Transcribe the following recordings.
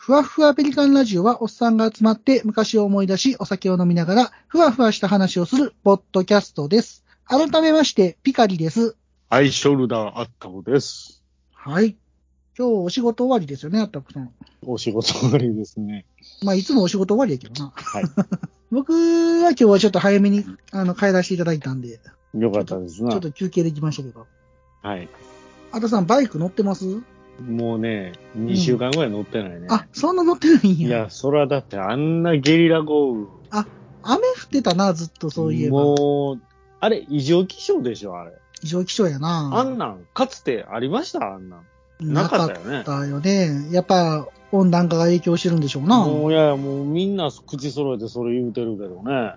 ふわふわペリカンラジオはおっさんが集まって昔を思い出しお酒を飲みながらふわふわした話をするポッドキャストです。改めましてピカリです。 はい、ショルダーあったくです。 はい。今日お仕事終わりですよね、あったくさん。 お仕事終わりですね。 まあいつもお仕事終わりやけどな。 はい。 僕は今日はちょっと早めに帰らせていただいたんで。 よかったですな。 ちょっと休憩できましたけど。 はい。 あたさんバイク乗ってます？ もうね、2週間ぐらい乗ってないね。 あ、そんな乗ってないんや。 いや、そらだってあんなゲリラ豪雨。 あ、雨降ってたな、ずっとそういえば。 もう、あれ、異常気象でしょ、あれ。 異常気象やな。 あんなん、かつてありましたあんなん。なかったよね。 なかったよね。やっぱ、温暖化が影響してるんでしょうな。 もう、いや、もうみんな口揃えてそれ言うてるけどね。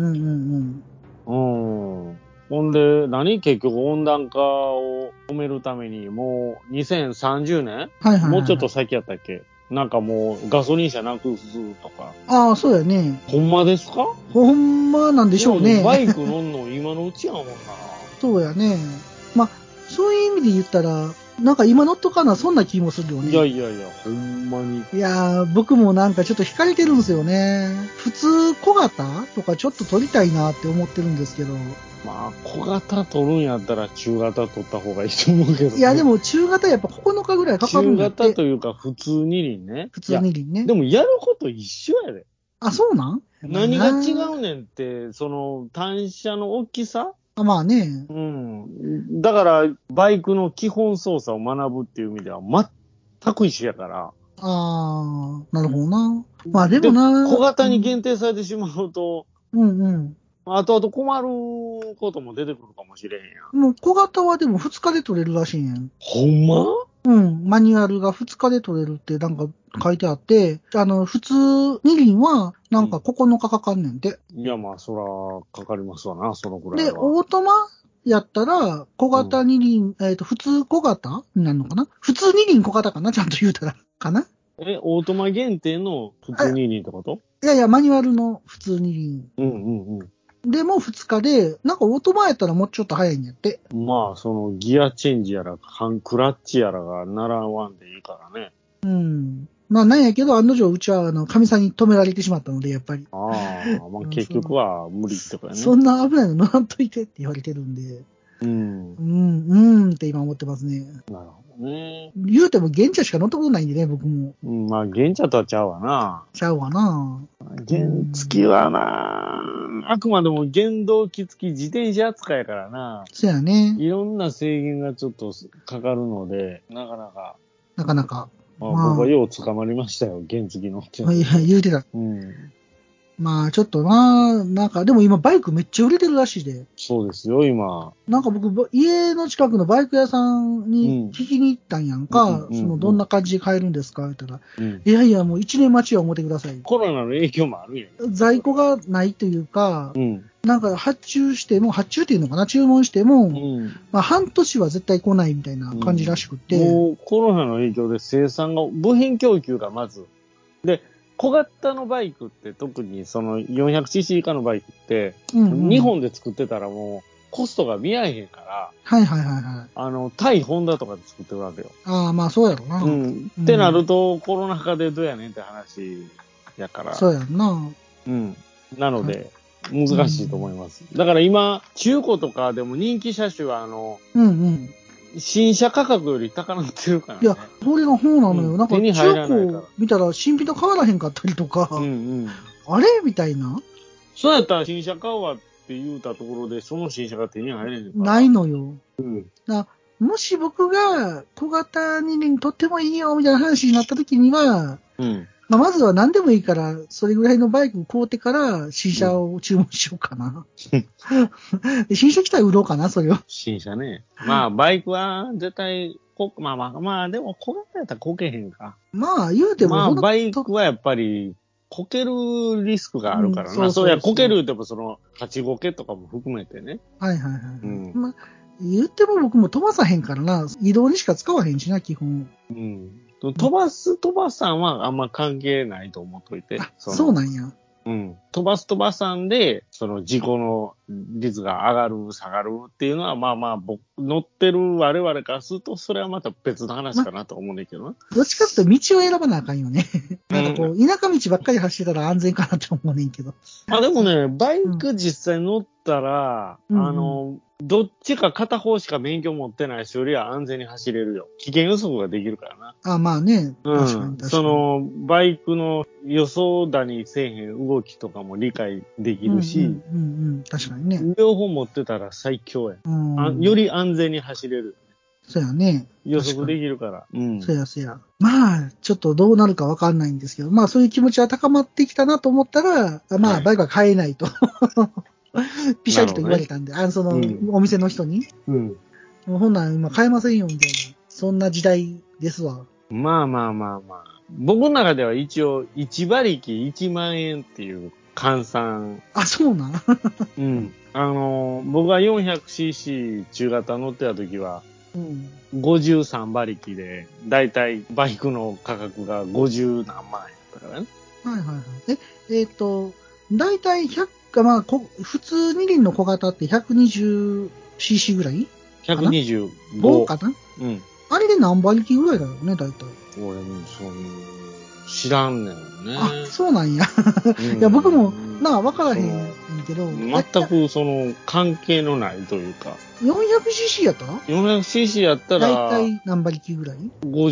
ほんで、結局温暖化を止めるために、もう2030年、もうちょっと先やったっけ、なんかもうガソリン車なくすとか。 ああ、そうやね。 ほんまですか？ ほんまなんでしょうね。 バイク乗んの今のうちやもんな。 そうやね。まあ、そういう意味で言ったら、なんか今乗っとかな、そんな気もするよね。 いやいやいや、ほんまに。 いやー、僕もなんかちょっと惹かれてるんですよね。普通小型とかちょっと撮りたいなって思ってるんですけど。 まあ、小型取るんやったら中型取った方がいいと思うけど、ね。 いや、でも中型やっぱ9日ぐらいかかるんだって。 中型というか普通二輪ね。 普通二輪ね。 でもやること一緒やで。 あ、そうなん？ 何が違うねんって、その単車の大きさ？ あ、まあね。 うん。だから、バイクの基本操作を学ぶっていう意味では全く一緒やから。 あー、なるほどな。まあでもな。 小型に限定されてしまうと、 後 々困ることも出てくるかもしれへんやん。 もう小型はでも2日で取れるらしいんやん。 ほんま？ マニュアルが2日で取れるってなんか書いてあって、普通二輪はなんか9日かかんねんて。 いや、まあ、そら、かかりますわな、そのくらいで、 は。 オートマやったら、小型二輪、普通小型になるのかな？普通二輪小型かな？ちゃんと言うたら。かな？ オートマ限定の普通二輪ってこと？ いやいや、マニュアルの普通二輪。でも2日で、なんかオートマやったらもうちょっと早いんやって。 まあ、そのギアチェンジやら、クラッチやらが習わんでいいからね。 まあなんやけど、案の定うちは神さんに止められてしまったので、やっぱり。 ああ、まあ結局は無理ってことやね。 そんな危ないの乗らんといてって言われてるんで。って今思ってますね。 なるほどね。 言うても原茶しか乗ったことないんでね、僕も。 まあ原茶とはちゃうわな。 ちゃうわな。 原付はな、あくまでも原動機付き自転車扱いやからな。 そうやね。 いろんな制限がちょっとかかるので、なかなか。 まあ、 僕はよう捕まりましたよ、原付乗って。 いや、言うてた。まあ、ちょっとなんか、でも今バイクめっちゃ売れてるらしいで。 そうですよ、今。 なんか僕、家の近くのバイク屋さんに聞きに行ったんやんか。どんな感じで買えるんですかって言ったら、いやいや、もう1年待ちは思ってください。 コロナの影響もあるやん。 在庫がないというか、なんか発注っていうのかな、注文しても、まあ半年は絶対来ないみたいな感じらしくて。 もうコロナの影響で生産が、部品供給がまず。で、小型のバイクって特にその 400cc 以下のバイクって、日本で作ってたらもうコストが見合えへんから、対ホンダとかで作ってるわけよ。 ああ、まあそうやろな。 ってなるとコロナ禍でどうやねんって話やから。 そうやろな。 なので、難しいと思います。だから今、中古とかでも人気車種は新車価格より高なってるからね。 いや、それがそうなのよ。なんか中古見たら新品と変わらへんかったりとか、あれみたいな。 そうやったら新車買うわって言うたところで、その新車が手に入れんから。 ないのよ。もし僕が小型二輪とってもいいよみたいな話になった時には、まずは何でもいいから、それぐらいのバイク買うてから新車を注文しようかな。新車来たら売ろうかな、それを。 新車ね。まあ、バイクは絶対、まあ、でも小型やったらこけへんか。 まあ、言うても。 まあ、バイクはやっぱり、こけるリスクがあるからな。そうや、こけるってもその、勝ちごけとかも含めてね。 まあ、言っても僕も飛ばさへんからな。移動にしか使わへんしな、基本。 飛ばす、飛ばさんはあんま関係ないと思っといて。 そうなんや。 うん。飛ばさんで、その事故の率が上がる、下がるっていうのは、まあまあ、乗ってる我々からすると、それはまた別の話かなと思うんだけどな。 どっちかっていうと道を選ばなあかんよね。なんかこう、田舎道ばっかり走ってたら安全かなって思うねんけど。 でもね、バイク実際乗ったら、どっちか片方しか免許持ってない人よりは安全に走れるよ。危険予測ができるからな。 まあね。確かに。 その、バイクの予想だにせえへん動きとかも理解できるし、 確かにね。 両方持ってたら最強や。より安全に走れる。 そうやね。 予測できるから。 そうや。まあ、ちょっとどうなるかわかんないんですけど、まあそういう気持ちは高まってきたなと思ったら、まあバイクは買えないと。ピシャリと言われたんで、その、お店の人に。もうほんなん今買えませんよ、みたいな。そんな時代ですわ。 まあ。僕の中では一応、1馬力1万円っていう換算。 そうなん僕が 400cc 中型乗ってた時は、53馬力で、だいたいバイクの価格が50何万円だからね。 だいたい100か、まあ、普通二輪の小型って 120cc ぐらい ?125 かなあれで何馬力ぐらいだろうね、だいたい。 俺も知らんねんね。 そうなんや。いや、僕も、わからへんけど。 全く関係のないというか。 400cc やった ?400cc やったら。 だいたい何馬力ぐらい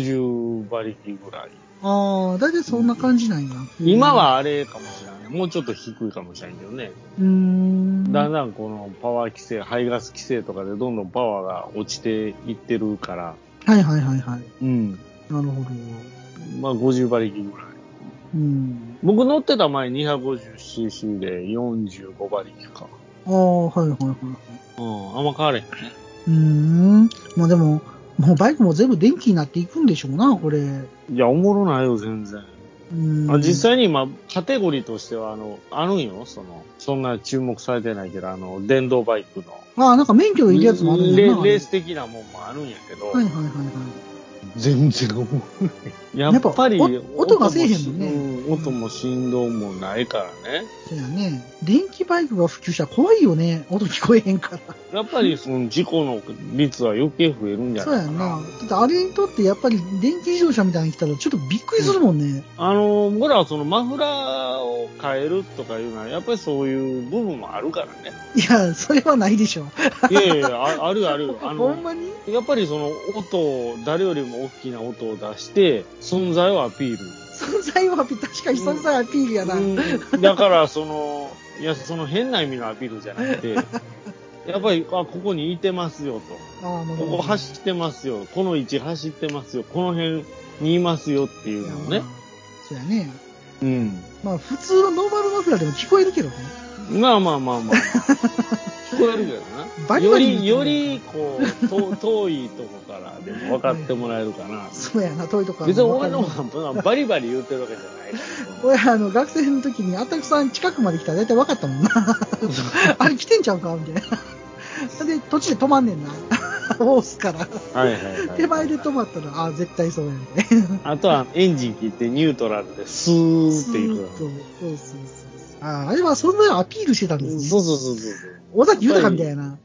?50 馬力ぐらい。 だいたいそんな感じなんや。 今はあれかもしれない。もうちょっと低いかもしれんけどね。だんだんこのパワー規制、排ガス規制とかでどんどんパワーが落ちていってるから。 はい。なるほど。 まあ50馬力ぐらい。僕乗ってた前 250cc で45馬力か。 はい。 あんま変われへんね。 まあでも、もうバイクも全部電気になっていくんでしょうな、これ。 いや、おもろないよ、全然。実際に今、カテゴリーとしては、あるんよ、そんな注目されてないけど、電動バイクの。 なんか免許いるやつもあるんやな。 レース的なもんもあるんやけど。 はい。 全然おもろい。やっぱり、 音がせえへんもんね。 音も振動もないからね。 そうやね。電気バイクが普及したら怖いよね。音聞こえへんから。 やっぱり事故の率は余計増えるんじゃないかな。 そうやな。だってあれにとってやっぱり電気自動車みたいに来たらちょっとびっくりするもんね。 僕らはマフラーを変えるとかいうのは、やっぱりそういう部分もあるからね。 いや、それはないでしょ。 いや、ある。 ほんまにやっぱり誰よりも大きな音を出して、存在をアピール。 存在をアピール、確かに存在アピールやな。 だから、変な意味のアピールじゃなくて、やっぱり、ここにいてますよと。ここ走ってますよ。この位置走ってますよ。この辺にいますよっていうのをね。 そうやね。まあ、普通のノーマルマフラーでも聞こえるけどね。 まあ。聞こえるけどな。より、遠いとこからでも分かってもらえるかな。 そうやな、遠いとこから。 別に俺の方がバリバリ言ってるわけじゃないから。 俺、学生の時に、あたくさん近くまで来たら大体分かったもんな。あれ来てんちゃうかみたいな。で、途中で止まんねんな。オースから。手前で止まったら、絶対そうやね。 あとは、エンジン切ってニュートラルでスーっていく。 そう。あれはそんなアピールしてたんですね。 そう。 尾崎豊みたいな。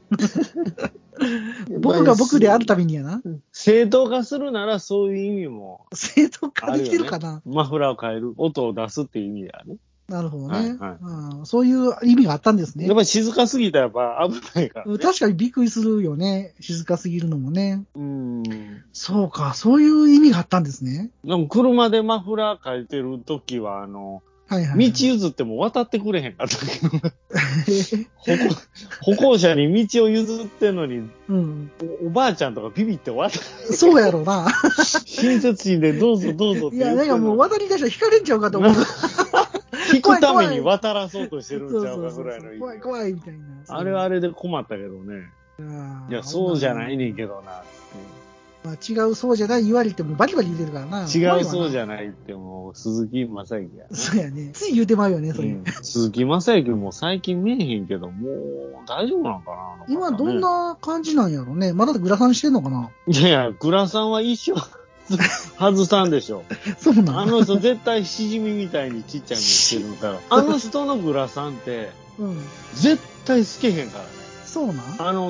僕が僕であるためにやな。 正当化するならそういう意味も。 正当化できてるかな。 マフラーを変える、音を出すっていう意味ではね。 なるほどね。そういう意味があったんですね。 やっぱり静かすぎたらやっぱ危ないから、ね。 確かにびっくりするよね。静かすぎるのもね。そうか、そういう意味があったんですね。 でも車でマフラー変えてるときは、道譲っても渡ってくれへんかったけど、歩行者に道を譲ってんのに、おばあちゃんとかビビって渡る。 そうやろうな。 親切心でどうぞって言って。 いや、なんかもう渡り出したら引かれんちゃうかと思う。 引くために渡らそうとしてるんちゃうかぐらいの。 怖いみたいな。 あれはあれで困ったけどね。いや、そうじゃないねんけどなって。 まあ、違うそうじゃない言われてもバリバリ言うてるからな。 違うそうじゃないってもう鈴木正幸や。 そうやね。つい言うてまうよね、それ。 鈴木正幸も最近見えへんけど、もう大丈夫なんかな、 今どんな感じなんやろね。まだグラサンしてんのかな。 いや、グラサンは一生外さんでしょ。 そうなの？ あの人絶対しじみみたいにちっちゃいのしてるから。あの人のグラサンって、絶対透けへんからね。 そうなん？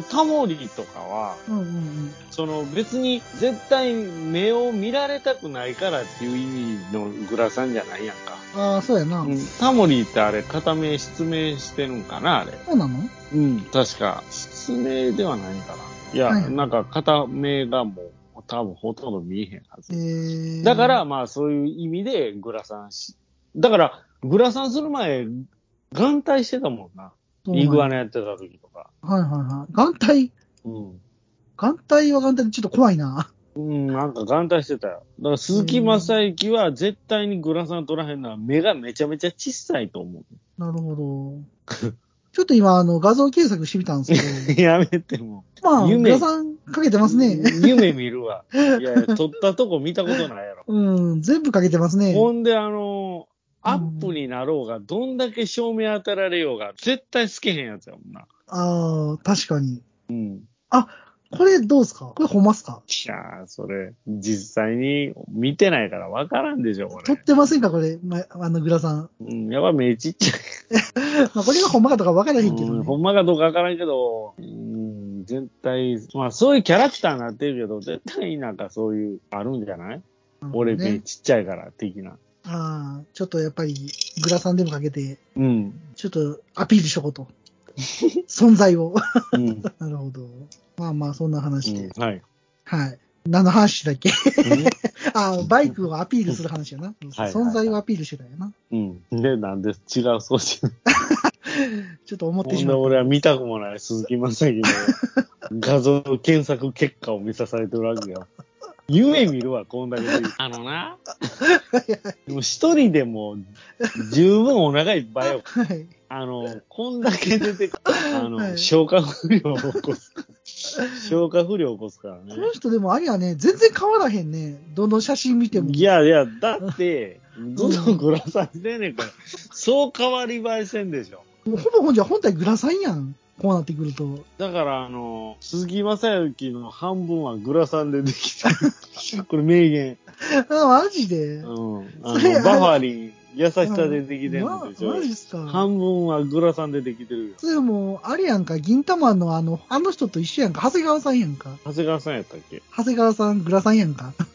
タモリとかは、別に絶対目を見られたくないからっていう意味のグラサンじゃないやんか。 ああ、そうやな。 タモリってあれ、片目失明してるんかな、あれ。 そうなの？ 確か。失明ではないんかな。いや、なんか片目がもう、多分ほとんど見えへんはず。だから、まあそういう意味でグラサンだから、グラサンする前、眼帯してたもんな。イグアナやってた時とか。 眼帯眼帯は眼帯でちょっと怖いな。 なんか眼帯してたよ。だから鈴木正幸は絶対にグラサン取らへんのは目がめちゃめちゃ小さいと思う。 なるほど。ちょっと今、画像検索してみたんですけど。 やめても。 まあ、グラサンかけてますね。 夢見るわ。いや、撮ったとこ見たことないやろ。 全部かけてますね。 ほんで、アップになろうが、どんだけ照明当たられようが、絶対透けへんやつやもんな。 ああ、確かに。あ、これどうすか？これほんますか？ いやー、それ、実際に見てないから分からんでしょ、これ。 撮ってませんかこれ、グラサン。やっぱ目ちっちゃい。 まあこれがほんまかどうか分からへんけどね。 ほんまかどうか分からんけど、絶対、まあそういうキャラクターになってるけど、絶対なんかそういう、あるんじゃない？俺目ちっちゃいから、的な。 ああ、ちょっとやっぱり、グラサンでもかけて、ちょっとアピールしとこうと。存在を。なるほど。まあまあ、そんな話で。 はい。 はい。何の話だっけ？バイクをアピールする話やな。存在をアピールしてたよな。 で、なんで違う装置ちょっと思ってしまった。 俺は見たくもない鈴木正幸の画像検索結果を見さされてるわけよ。夢見るわ、こんだけで。な。でも一人でも十分お腹いっぱいよ。こんだけ出てくる。消化不良を起こす。消化不良を起こすからね。 この人でもあれやね、全然変わらへんね。どの写真見ても。 いや、だって、どのグラサンしてんねんから、そう変わり映えせんでしょ。 もうほぼ本体グラサンやん。こうなってくると。 だから、鈴木正幸の半分はグラサンでできてる。これ名言。 マジで？ バファリン、優しさでできてるんでしょ。 マジっすか？ 半分はグラサンでできてるよ。 それも、あれやんか、銀玉のあの人と一緒やんか、長谷川さんやんか。 長谷川さんやったっけ？ 長谷川さん、グラサンやんか。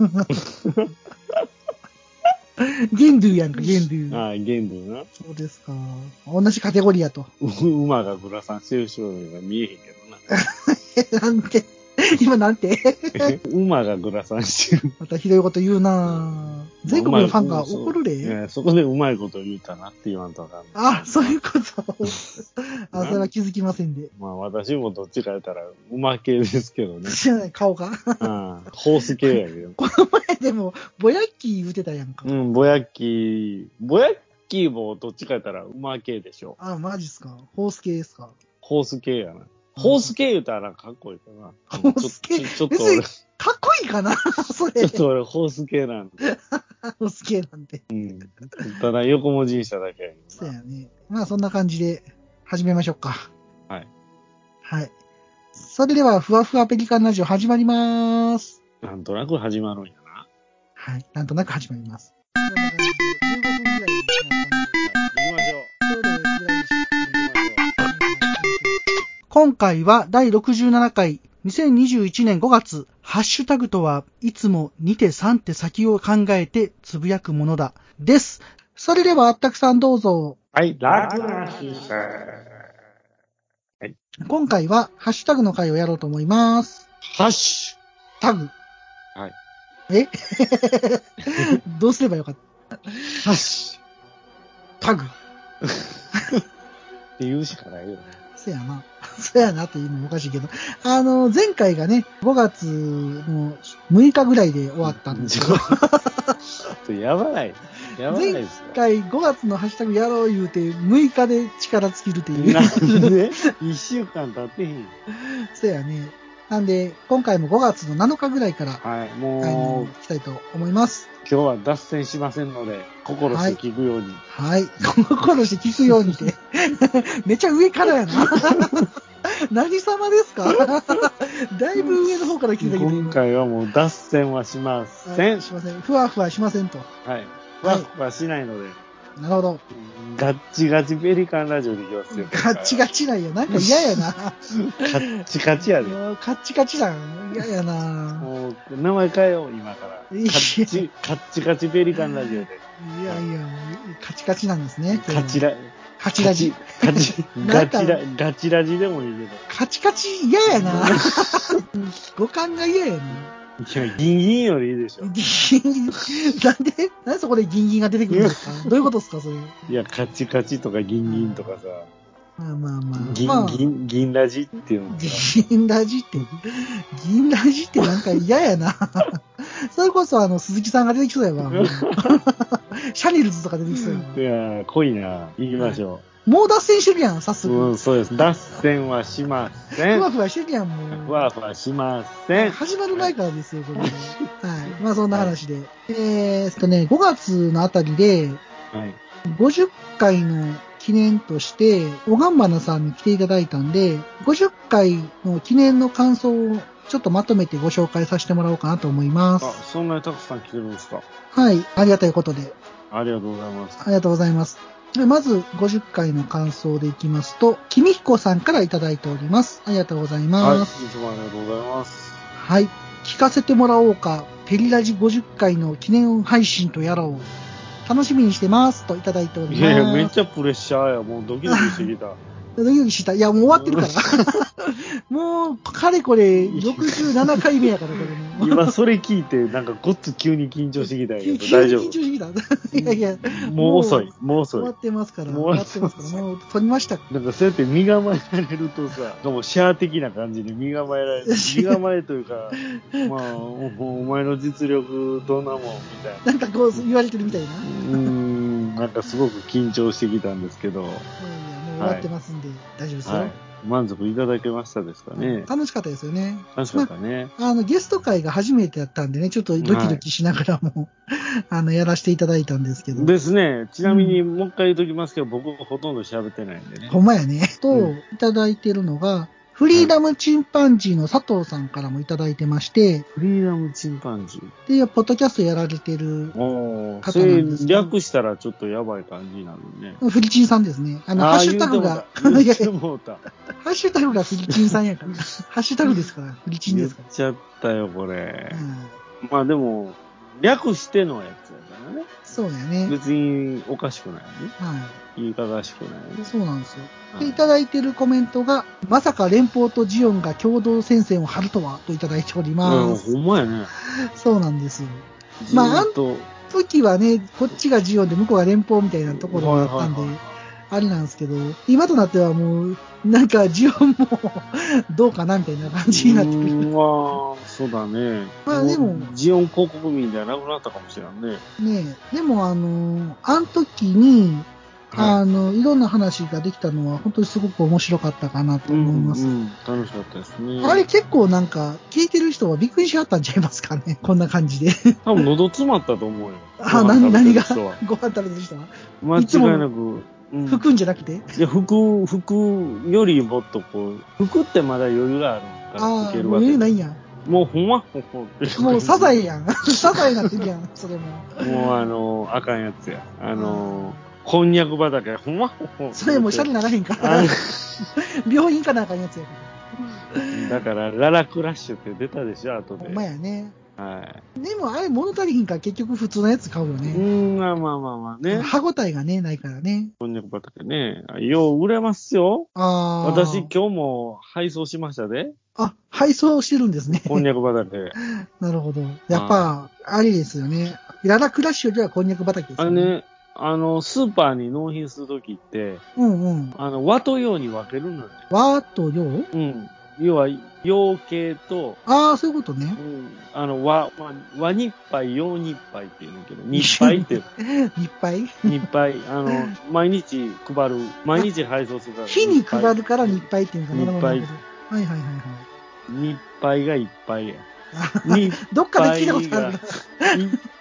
ゲンドゥやんか、ゲンドゥ。 ゲンドゥな。 そうですか。同じカテゴリーやと。 馬がグラサンしてる人が見えへんけどな。 なんて。今なんて馬がグラサンしてる。 またひどいこと言うなぁ。全国のファンが怒るで。 そこでうまいこと言うたなって言わんとあかん。 そういうこと。それは気づきませんで。 まあ私もどっちか言ったら馬系ですけどね。 知らない、顔が。 ホース系やけど。 この前でも、ぼやっきー言うてたやんか。 ぼやっきーもどっちか言ったら馬系でしょ。 マジっすか。ホース系ですか。 ホース系やな。ホース系言うたらかっこいいかな。 ホース系ちょっと俺。かっこいいかなそれ。 ちょっと俺ホース系なんで。 ホース系なんで。 ただ横文字にしただけやけど。 そうやね。まあそんな感じで始めましょうか。 はい。 はい。それでは、ふわふわペリカンラジオ始まりまーす。 なんとなく始まるんやな。 はい。なんとなく始まります。こんな感じで15分ぐらいになったんで。 行きましょう。 ちょうどいいぐらいにし今回は第67回2021年5月、ハッシュタグとはいつも2手3手先を考えてつぶやくものだ。です。それではあったくさんどうぞ。 はい、楽なしさ。はい。 今回はハッシュタグの回をやろうと思います。 ハッシュタグ。 はい。 どうすればよかった？ ハッシュタグ。 って言うしかないよね。 そうやなっていうのもおかしいけど。前回がね、5月の6日ぐらいで終わったんですよ。 やばないですよ。 前回5月のハッシュタグやろう言うて、6日で力尽きるっていう。 なんで ?1 週間経ってへん。 そうやね。なんで、今回も5月の7日ぐらいから、 はい、もう、 いきたいと思います。 今日は脱線しませんので、心して聞くように。 はい。心して聞くようにって。めっちゃ上からやな。 何様ですかだいぶ上の方から聞いたけど。 今回はもう脱線はしません。 しません。ふわふわしませんと。 はい。ふわふわしないので。 なるほど。 ガッチガチペリカンラジオでいきますよ。 ガッチガチなんや。なんか嫌やな。 カッチカチやで。 カッチカチなん。嫌やな。 もう、名前変えよう、今から。カッチカチペリカンラジオで。 いやいや、カチカチなんですね。 カチラジ。ガチラジでもいいけど。 カチカチ嫌やな。五感が嫌やな。 いや、ギンギンよりいいでしょ。 なんでそこでギンギンが出てくるんですかどういうことですかそれ。 いや、カチカチとかギンギンとかさ。 まあ。 ギンラジっていうの。 ギンラジってなんか嫌やな。それこそ鈴木さんが出てきそうやわ。シャネルズとか出てきそうやわ。いや、濃いな。行きましょう。 もう脱線してるやん、早速。 うん、そうです。脱線はしません。 ふわふわしてるやん、もう。 ふわふわしません。 始まる前からですよ、これ。はい。まあそんな話で。5月のあたりで、 はい、 50回の記念として、おがんばなさんに来ていただいたんで、50回の記念の感想をちょっとまとめてご紹介させてもらおうかなと思います。 あ、そんなにたくさん来てるんですか？ はい、ありがたいことで。 ありがとうございます。 ありがとうございます。でまず、50回の感想でいきますと、きみひこさんからいただいております。ありがとうございます。 はい、いつもありがとうございます。 はい、聞かせてもらおうか、ペリラジ50回の記念配信とやらを楽しみにしてますといただいております。 いやいや、めっちゃプレッシャーや。もうドキドキしてきた。 ドキドキした。いや、もう終わってるから。もう、かれこれ、67回目やから、これも。 今、それ聞いて、なんか、ごっつ急に緊張してきたんやけど、大丈夫。 緊張してきた。いやいや。 もう遅い。終わってますから。もう撮りました。 なんか、そうやって身構えられるとさ、もうシャア的な感じで身構えられる。身構えというか、まあ、お前の実力どんなもんみたいな。 なんかこう言われてるみたいな。 なんかすごく緊張してきたんですけど。 終わってますんで、大丈夫ですよ。はい。 満足いただけましたですかね。 楽しかったですよね。 楽しかったね。 ゲスト会が初めてだったんでね、ちょっとドキドキしながらも、やらせていただいたんですけど。 ですね。ちなみに、もう一回言うときますけど、僕ほとんど喋ってないんでね。 ほんまやね。いただいてるのが、フリーダムチンパンジーの佐藤さんからもいただいてまして、 フリーダムチンパンジーで、ポッドキャストやられてる方なんですけど。 それ略したらちょっとやばい感じになるね。 フリチンさんですね。ハッシュタグが、ハッシュタグがフリチンさんやから。ハッシュタグですから、フリチンですから。 言っちゃったよ、これ。まあでも、略してのやつやからね。 そうやね。 別におかしくないね。 はい。 いいかがしくないね。 そうなんですよ。で、いただいてるコメントが、まさか連邦とジオンが共同戦線を張るとは、といただいております。 ほんまやね。 そうなんですよ。まあ、時はね、こっちがジオンで向こうが連邦みたいなところがあったんで、あれなんですけど、今となってはもう、なんかジオンもどうかなみたいな感じになってくる。 まあ、そうだね。 まあでも、 ジオン広告民ではなくなったかもしれんね。 ねえ、でもあの時に、いろんな話ができたのは本当にすごく面白かったかなと思います。 楽しかったですね。 あれ結構なんか、聞いてる人はびっくりしはったんちゃいますかねこんな感じで。 多分喉詰まったと思うよ。 何がご飯食べてる人は間違いなく。 吹くんじゃなくていや、吹くよりもっとこう、吹くってまだ余裕があるから吹けるわけ。 余裕ないんや。 もうほんまって。 もうサザエやん。サザエなってるやん、それも。 もうあかんやつや。こんにゃく畑、ほんまそれもうシャレならへんから。病院かなんかのやつやから。 だから、ララクラッシュって出たでしょ、後で。 ほんまやね。 はい。 でもあれ物足りひんから結局普通のやつ買うよね。 まあね。 歯応えがね、ないからね。 こんにゃく畑ね。よう売れますよ。私今日も配送しましたで。 配送してるんですね。 こんにゃく畑。 なるほど。やっぱ、あれですよね。ララクラッシュよりはこんにゃく畑ですよね。 スーパーに納品するときって、和と洋に分けるのよ。 和と洋？ 要は、洋系と、 そういうことね。 和日杯、洋日杯って言うんだけど、日杯って。 日杯日杯。毎日配る、毎日配送するから。 日に配るから日杯っていうのかな。 日杯。 はい。日杯がいっぱいや。 どっかで聞いたことあるな。 日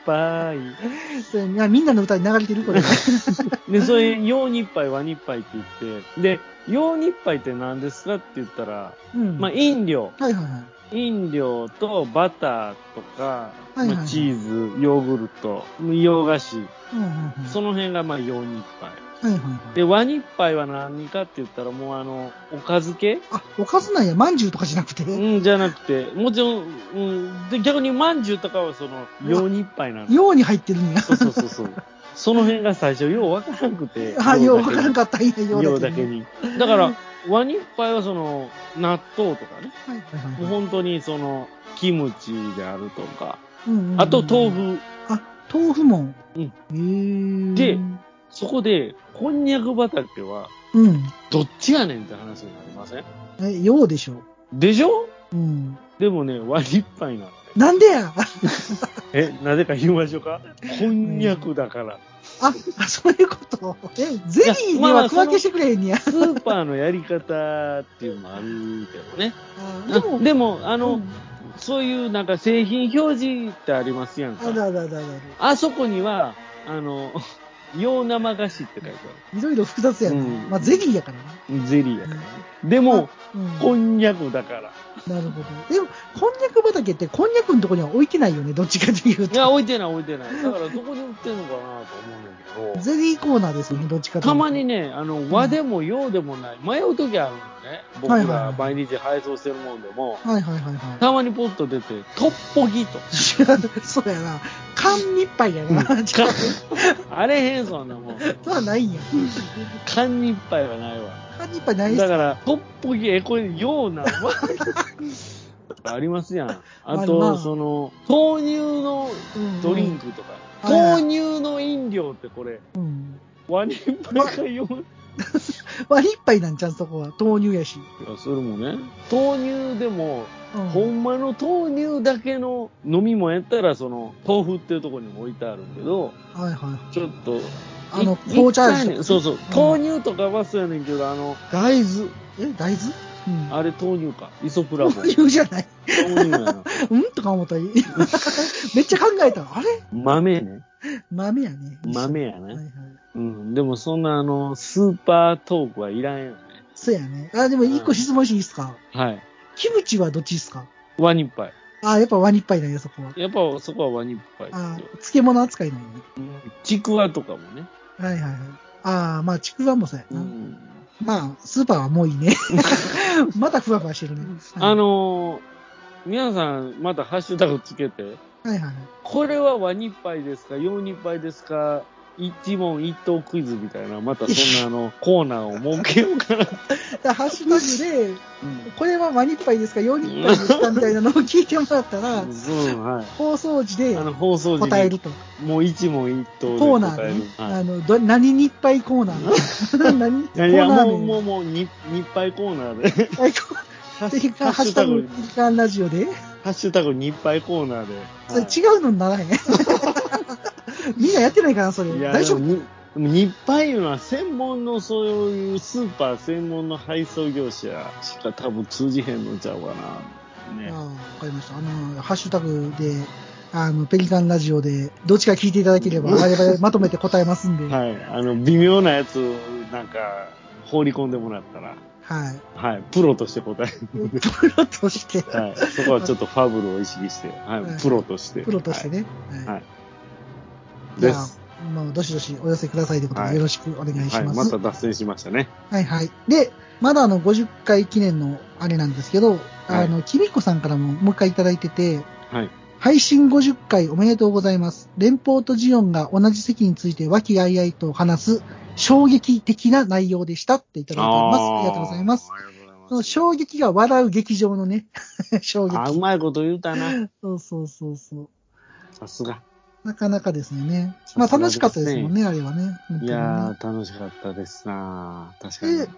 ぱい。 それみんなの歌に流れてるこれ。 で、それ、ようにっぱい、わにっぱいって言って、で、ようにっぱいって何ですかって言ったら、まあ、飲料。 はいはいはい。 飲料とバターとか、 はいはいはい、 チーズ、ヨーグルト、洋菓子、その辺がまあようにっぱい。 はいはいはい。 で、和日杯は何かって言ったらもうおかず系？ あ、おかずなんや、まんじゅうとかじゃなくて？ じゃなくて、もちろん、で、逆にまんじゅうとかは洋日杯なんだ。 洋に入ってるんや。 そう。その辺が最初、ようわからんくて。 ようわからんかったんや、 洋だけに。だから、和日杯は納豆とかね。もう本当にキムチであるとか。あと豆腐。 あ、豆腐も。 で、そこで、こんにゃく畑は、どっちやねんって話になりません？ ようでしょ。 でしょ？でもね、割りっぱいなのね。 なんでやなぜか言いましょうか？こんにゃくだから。 あ、そういうこと？ゼリーでは区分けしてくれへんにや。 スーパーのやり方っていうのもあるけどね。でも、そういうなんか製品表示ってありますやんか。あそこには、洋生菓子って書いてある。 いろいろ複雑やな。まあ、ゼリーやからな。ゼリーやからね。でも、こんにゃくだから。 なるほど。でも、こんにゃく畑ってこんにゃくのとこには置いてないよね、どっちかというと。 いや、置いてない。だからどこに売ってんのかなと思うんだけど。 ゼリーコーナーですよね、どっちかというと。 たまにね、和でも洋でもない、迷う時あるのね。僕が毎日配送してるもんでも。たまにポッと出て、トッポギと。 そうやな。缶日杯やな。 あれへん、そんなもん。 そうはないんや。 缶日杯はないわ。 缶日杯ないっすだから、トッポギ、これ、洋なありますやん。あと、豆乳のドリンクとか。豆乳の飲料ってこれ、割りっぱいかよ。 割りっぱいなんちゃう、そこは。豆乳やし。 いや、それもね、豆乳でも、ほんまの豆乳だけの飲み物やったら、豆腐っていうところにも置いてあるけど、ちょっと、 紅茶味。 そう。豆乳とかはそうやねんけど、大豆。 大豆？ あれ豆乳か。イソプラボン。 豆乳じゃない。 豆乳やな。 とか思ったらめっちゃ考えた。あれ？ 豆ね。 豆やね。 豆やね。でもそんなスーパートークはいらんよね。 そうやね。でも一個質問していいですか？ はい。 キムチはどっちですか？ ワニッパイ。 やっぱワニッパイなんや、そこは。 やっぱそこはワニッパイですよ。 漬物扱いなんやね。 ちくわとかもね。 まあちくわもそうやな。まあ、スーパーはもういいね。またふわふわしてるね。 皆さん、またハッシュタグつけて。これは和日杯ですか、洋日杯ですか、一問一答クイズみたいな、またそんなコーナーを設けようかな。 ハッシュタグで、これは和日杯ですか、洋日杯ですかみたいなのを聞いてもらったら、放送時で答えると。 もう一問一答でコーナーでね。何日杯コーナーいや、もう日杯コーナーで。 ハッシュタグ、ピカンラジオでハッシュタグ日杯コーナーで。 それ違うのにならへん。みんなやってないかな、それ。大丈夫？ 日杯いうのは専門のそういうスーパー専門の配送業者しか多分通じへんのちゃうかな。ね。 わかりました。ハッシュタグで、ペリカンラジオで、どっちか聞いていただければ、我々まとめて答えますんで。 はい。微妙なやつ、なんか、放り込んでもらったら。はい。プロとして答える。 プロとして。 はい。そこはちょっとファブルを意識して、プロとして。 プロとしてね。 はい。 です。どしどしお寄せくださいということでよろしくお願いします。 また脱線しましたね。 で、まだ50回記念のあれなんですけど、きみこさんからももう一回いただいてて、配信50回おめでとうございます。連邦とジオンが同じ席について和気あいあいと話す衝撃的な内容でしたっていただいております。ありがとうございます。その衝撃が笑う劇場のね、衝撃。 うまいこと言うたな。 そう。 さすが。 なかなかですよね。楽しかったですもんね、あれはね。 いやー、楽しかったですな確かに。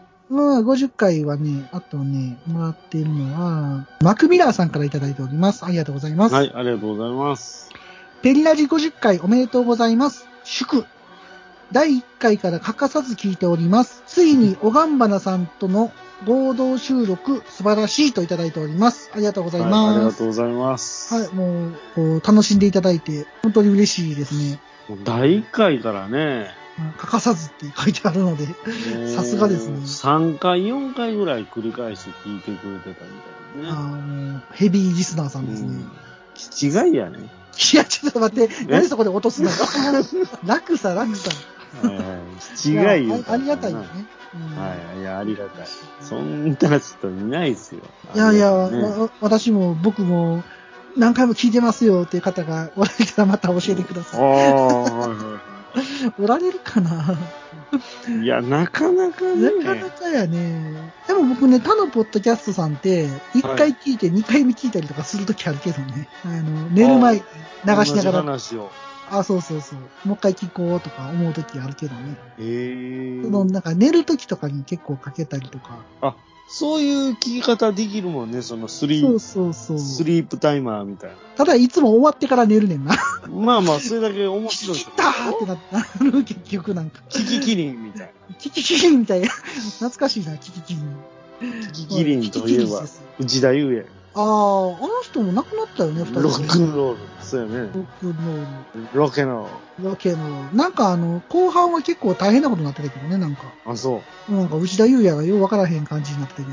50回はね、あとね、もらっているのは、マクミラーさんからいただいております。ありがとうございます。 はい、ありがとうございます。 ペリラジ50回おめでとうございます。祝。第1回から欠かさず聞いております。ついに、おがんばなさんとの合同収録素晴らしいといただいております。ありがとうございます。 はい、ありがとうございます。 はい、もう、こう楽しんでいただいて、本当に嬉しいですね。 もう第1回からね。 欠かさずって書いてあるので、さすがですね。 3回、4回ぐらい繰り返し聞いてくれてたみたいなね。 もう、ヘビーリスナーさんですね。 気違いやね。 いや、ちょっと待って、なんでそこで落とすの楽さ。 違いよ。 ありがたいよね。 はい、いや、ありがたい。そんな人いないですよ。 いや、私も僕も何回も聞いてますよっていう方がおられたらまた教えてください。おられるかないや、なかなかね。 なかなかやね。でも僕ね、他のポッドキャストさんって、1回聞いて2回目聞いたりとかするときあるけどね。寝る前に流しながら。 話を。 そう。もう一回聞こうとか思うときあるけどね。なんか寝るときとかに結構かけたりとか。 そういう聞き方できるもんね、そのスリープタイマーみたいな。 ただいつも終わってから寝るねんな。 まあまあ、それだけ面白い。 聞きたーってなる、結局なんか。 キキキリンみたいな。 キキキリンみたいな。懐かしいな、キキキリン。 キキキリンといえば、内田裕也。 あの人も亡くなったよね、二人。 ロックンロール。そうやね。 ロックンロール。ロケノール。なんか後半は結構大変なことになってたけどね、なんか。 そう。 なんか内田裕也がようわからへん感じになってたけど。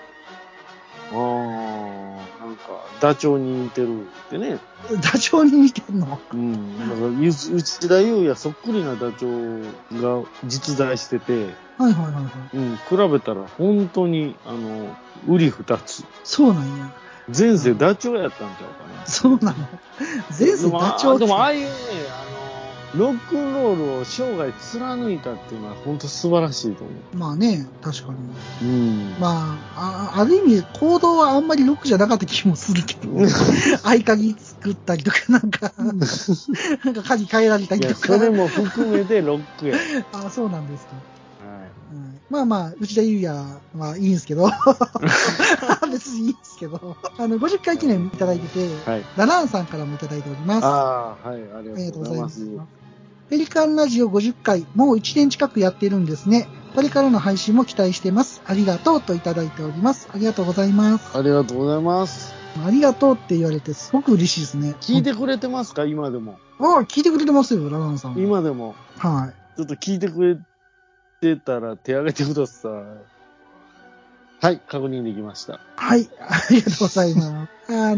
なんか、ダチョウに似てるってね。 ダチョウに似てんの？ だから内田裕也そっくりなダチョウが実在してて。 はい。 比べたら本当に、瓜二つ。 そうなんや。 前世ダチョウやったんちゃうかな。 そうなの？前世ダチョウでもああいうね、ロックンロールを生涯貫いたっていうのは本当素晴らしいと思う。 まあね、確かに。まあ、ある意味、行動はあんまりロックじゃなかった気もするけど、合鍵作ったりとか、なんか鍵変えられたりとか。 それも含めてロックや。 そうなんですか。まあ、内田裕也はいいんですけど、別にいいんですけど、50回記念いただいてて、ラランさんからもいただいております。 はい、ありがとうございます。 ペリカンラジオ50回、もう1年近くやってるんですね。これからの配信も期待してます。ありがとうといただいております。ありがとうございます。 ありがとうございます。 ありがとうって言われてすごく嬉しいですね。 聞いてくれてますか、今でも。 聞いてくれてますよ、ラランさん。 今でも。 はい。 ちょっと聞いてくれてたら手挙げてください。はい、確認できました。 はい、ありがとうございます。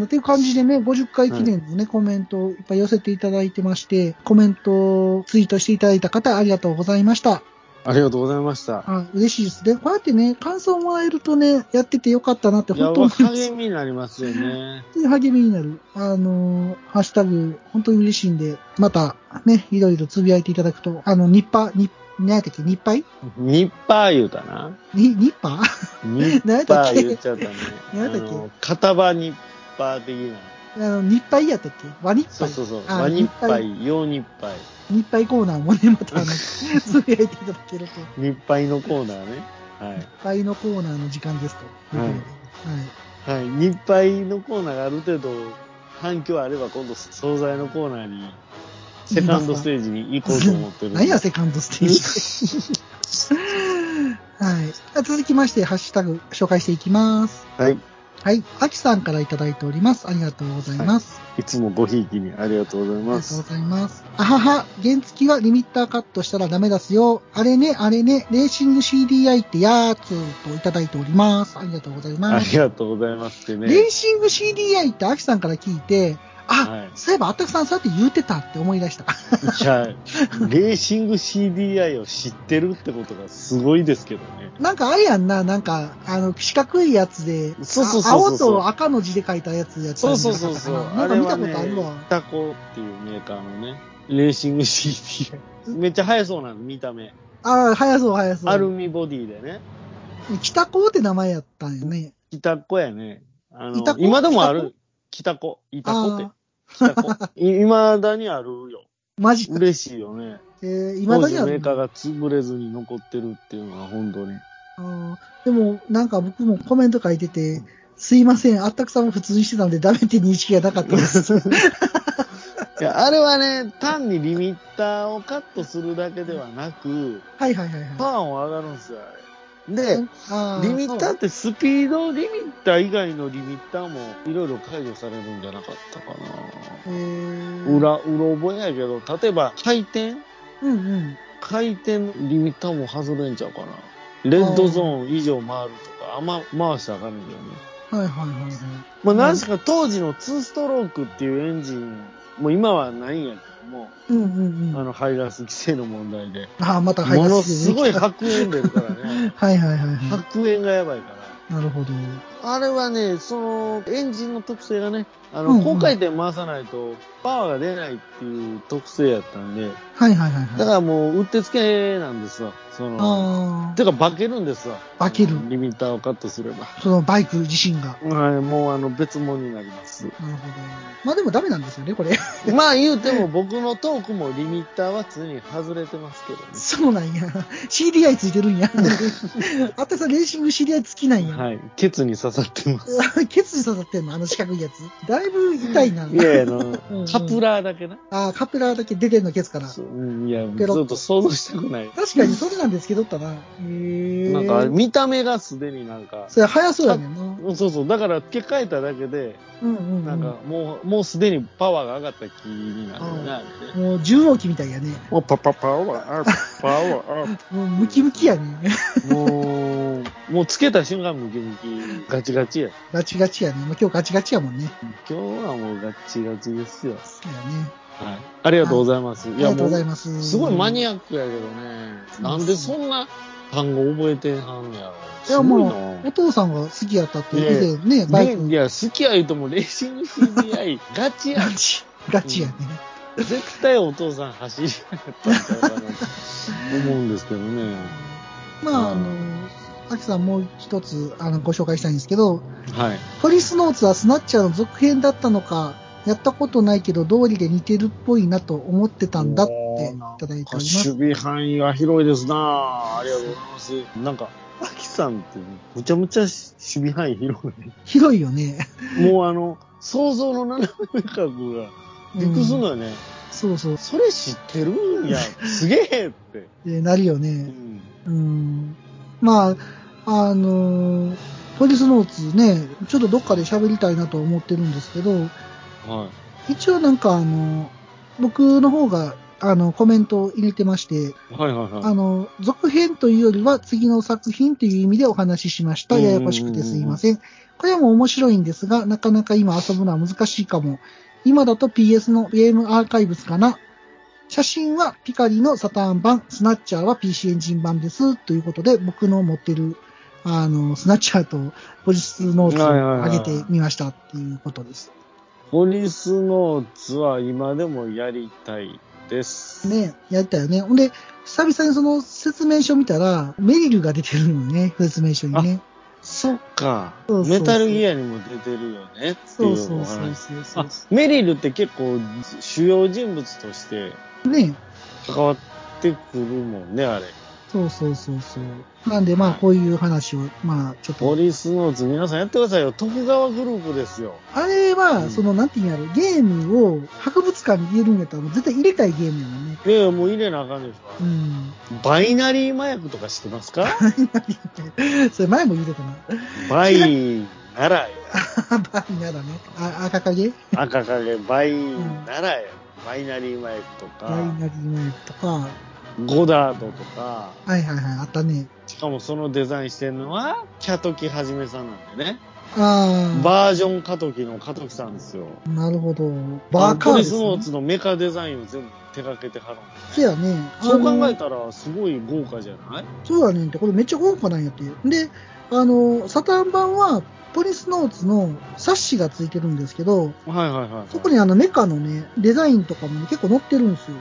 っていう感じでね、50回記念のね、コメントをいっぱい寄せていただいてまして、コメントをツイートしていただいた方、ありがとうございました。 ありがとうございました。 嬉しいですね。こうやってね、感想をもらえるとね、やっててよかったなって本当に思います。 励みになりますよね。 励みになる。ハッシュタグ、本当に嬉しいんで、またね、いろいろつぶやいていただくと、何やったっけ？日配言うたな。 日波何やったっけ言っちゃったね。 何やったっけ片場日波的な。 日配やったっけ和日配。 そう。和日配、洋日配。 日配コーナーもね、またつぶやいていただけると。 日配のコーナーね。はい。 日配のコーナーの時間ですと。 はい。日配のコーナーがある程度反響あれば今度惣菜のコーナーにセカンドステージに行こうと思ってる。 何やセカンドステージはい。続きまして、ハッシュタグ紹介していきます。 はい。 はい。アキさんからいただいております。ありがとうございます。 いつもごひいきにありがとうございます。 ありがとうございます。あはは、原付きはリミッターカットしたらダメですよ。あれね、レーシング CDI ってやつといただいております。ありがとうございます。 ありがとうございますってね。 レーシング CDI ってアキさんから聞いて、そういえばあったくさんそうやって言うてたって思い出した。 じゃあ、レーシング CDI を知ってるってことがすごいですけどね。 なんかあれやんな、なんか、四角いやつで、青と赤の字で書いたやつやったんじゃなかったかな。なんか見たことあるわ。 北コっていうメーカーのね、レーシング CDI。めっちゃ速そうなの、見た目。 速そう。 アルミボディでね。 北コって名前やったんやね。 北コやね。今でもある。北コ。イタコって。北コ。未だにあるよ。 マジか。 嬉しいよね。 未だにある。 メーカーが潰れずに残ってるっていうのは本当に。 でも、なんか僕もコメント書いてて、すいません、あったくさんも普通にしてたのでダメって認識がなかったです。 いや、あれはね、単にリミッターをカットするだけではなく、 はい。 パワーも上がるんですよ、あれ。 で、リミッターってスピードリミッター以外のリミッターもいろいろ解除されるんじゃなかったかな。うろ覚えやけど、例えば回転回転リミッターも外れんちゃうかな。レッドゾーン以上回るとか、回したらあかんねんけどね。 はいはいはいはい。 まあ、なんしか当時の2ストロークっていうエンジン、もう今はないんやけども、排ガス規制の問題で。 また排ガス規制。 ものすごい白煙出るからね。 はいはいはい。 白煙がやばいから。 なるほど。 あれはね、エンジンの特性がね、高回転回さないとパワーが出ないっていう特性やったんで。 はいはいはい。 だからもう、うってつけなんですわ。てか、化けるんですわ。 化ける。 リミッターをカットすれば。 そのバイク自身が。 はい、もう別物になります。なるほど。 まあでもダメなんですよね、これ。 まあ言うても僕のトークもリミッターは常に外れてますけどね。 そうなんや。CDI ついてるんや。あったさ、レーシング CDI 付きなんや。 はい。ケツに刺さってます。 ケツに刺さってんの四角いやつ。だいぶ痛いな。 いやカプラーだけな。 カプラーだけ出てんのケツから。 いや、ずっと想像したくない。 確かにそれなんですけどったな。 なんか、見た目がすでになんか。 それ早そうやねんな。 そうそう。だから付け替えただけで、なんかもうすでにパワーが上がった気になるよね。 もう重王機みたいやね。 もうパワーアップ。 もうムキムキやね。 もうつけた瞬間ムキムキ。ガチガチや。 ガチガチやね。今日ガチガチやもんね。 今日はもうガチガチですよ。 そうやね。 はい。ありがとうございます。 ありがとうございます。 すごいマニアックやけどね。なんでそんな単語覚えてはんのやろ。 いや、もう、お父さんが好きやったって以前ね、バイク。 いや、好きや言うともレーシング CDI ガチや。 ガチやね。 絶対お父さん走りやったんちゃうかなと思うんですけどね。 まあ、アキさんもう一つ、ご紹介したいんですけど、 はい。 ポリスノーツはスナッチャーの続編だったのか、やったことないけど、道理で似てるっぽいなと思ってたんだっていただいております。 守備範囲が広いですなぁ。ありがとうございます。なんか、アキさんってむちゃむちゃ守備範囲広い。 広いよね。 もう想像の斜め角がびっくりするのよね。 そうそう。 それ知ってるんや。すげえって。 なるよね。まあ、ポリスノーツね、ちょっとどっかで喋りたいなと思ってるんですけど、はい、一応なんか僕の方がコメントを入れてまして、はいはいはい、続編というよりは次の作品という意味でお話ししました。ややこしくてすいません。これも面白いんですが、なかなか今遊ぶのは難しいかも。今だと PS のゲームアーカイブスかな。写真はピカリのサターン版、スナッチャーは PC エンジン版です。ということで、僕の持ってる、スナッチャーとポリスノーツを上げてみましたっていうことです。 ポリスノーツは今でもやりたいです。 ね、やったよね。ほんで、久々にその説明書見たら、メリルが出てるのね、説明書にね。 そっか。メタルギアにも出てるよねっていうお話。メリルって結構主要人物としてね、関わってくるもんね、あれ。 そう。なんで、まあ、こういう話を、まあ、ちょっと。 ポリスノーツ、皆さんやってくださいよ。徳川グループですよ。 あれは、なんていうんやろ、ゲームを博物館に入れるんやったら、絶対入れたいゲームやもんね。 いやもう入れなあかんでしょ。バイナリー麻薬とか知ってますか？ それ前も言うてたな。 バイならや。 バイならね。赤影、 バイならや。バイナリー麻薬とか。 バイナリー麻薬とか。 ゴダードとか。 はい、あったね。 しかもそのデザインしてるのは、キャトキはじめさんなんでね。 バージョンカトキのカトキさんですよ。 なるほど。 バーカーです、ね。ポリスノーツのメカデザインを全部手掛けてはるんで、ね。 そうやね。 そう考えたらすごい豪華じゃない？ そうやねんって、これめっちゃ豪華なんやって。で、サターン版は、ポリスノーツの冊子がついてるんですけど、そこにメカのね、デザインとかも、ね、結構載ってるんですよ。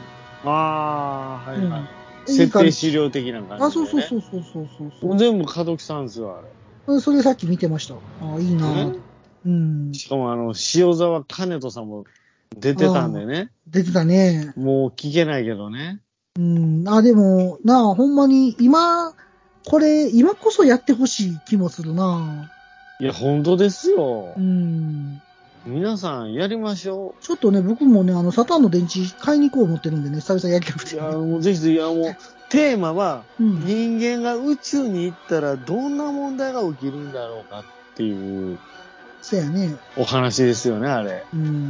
設定資料的な感じで、ね。 そう。 全部門木さんですよ、あれ。それさっき見てました。いいなぁ。しかも塩沢兼人さんも出てたんでね。 出てたね。 もう聞けないけどね。 でも、ほんまに今こそやってほしい気もするいや、本当ですよ。皆さんやりましょう。ちょっとね、僕もね、サターンの電池買いに行こう思ってるんでね、久々やりたくて。 いや、もうぜひ、もう、 テーマは、人間が宇宙に行ったらどんな問題が起きるんだろうかっていう。 そうやね。 お話ですよね、あれ。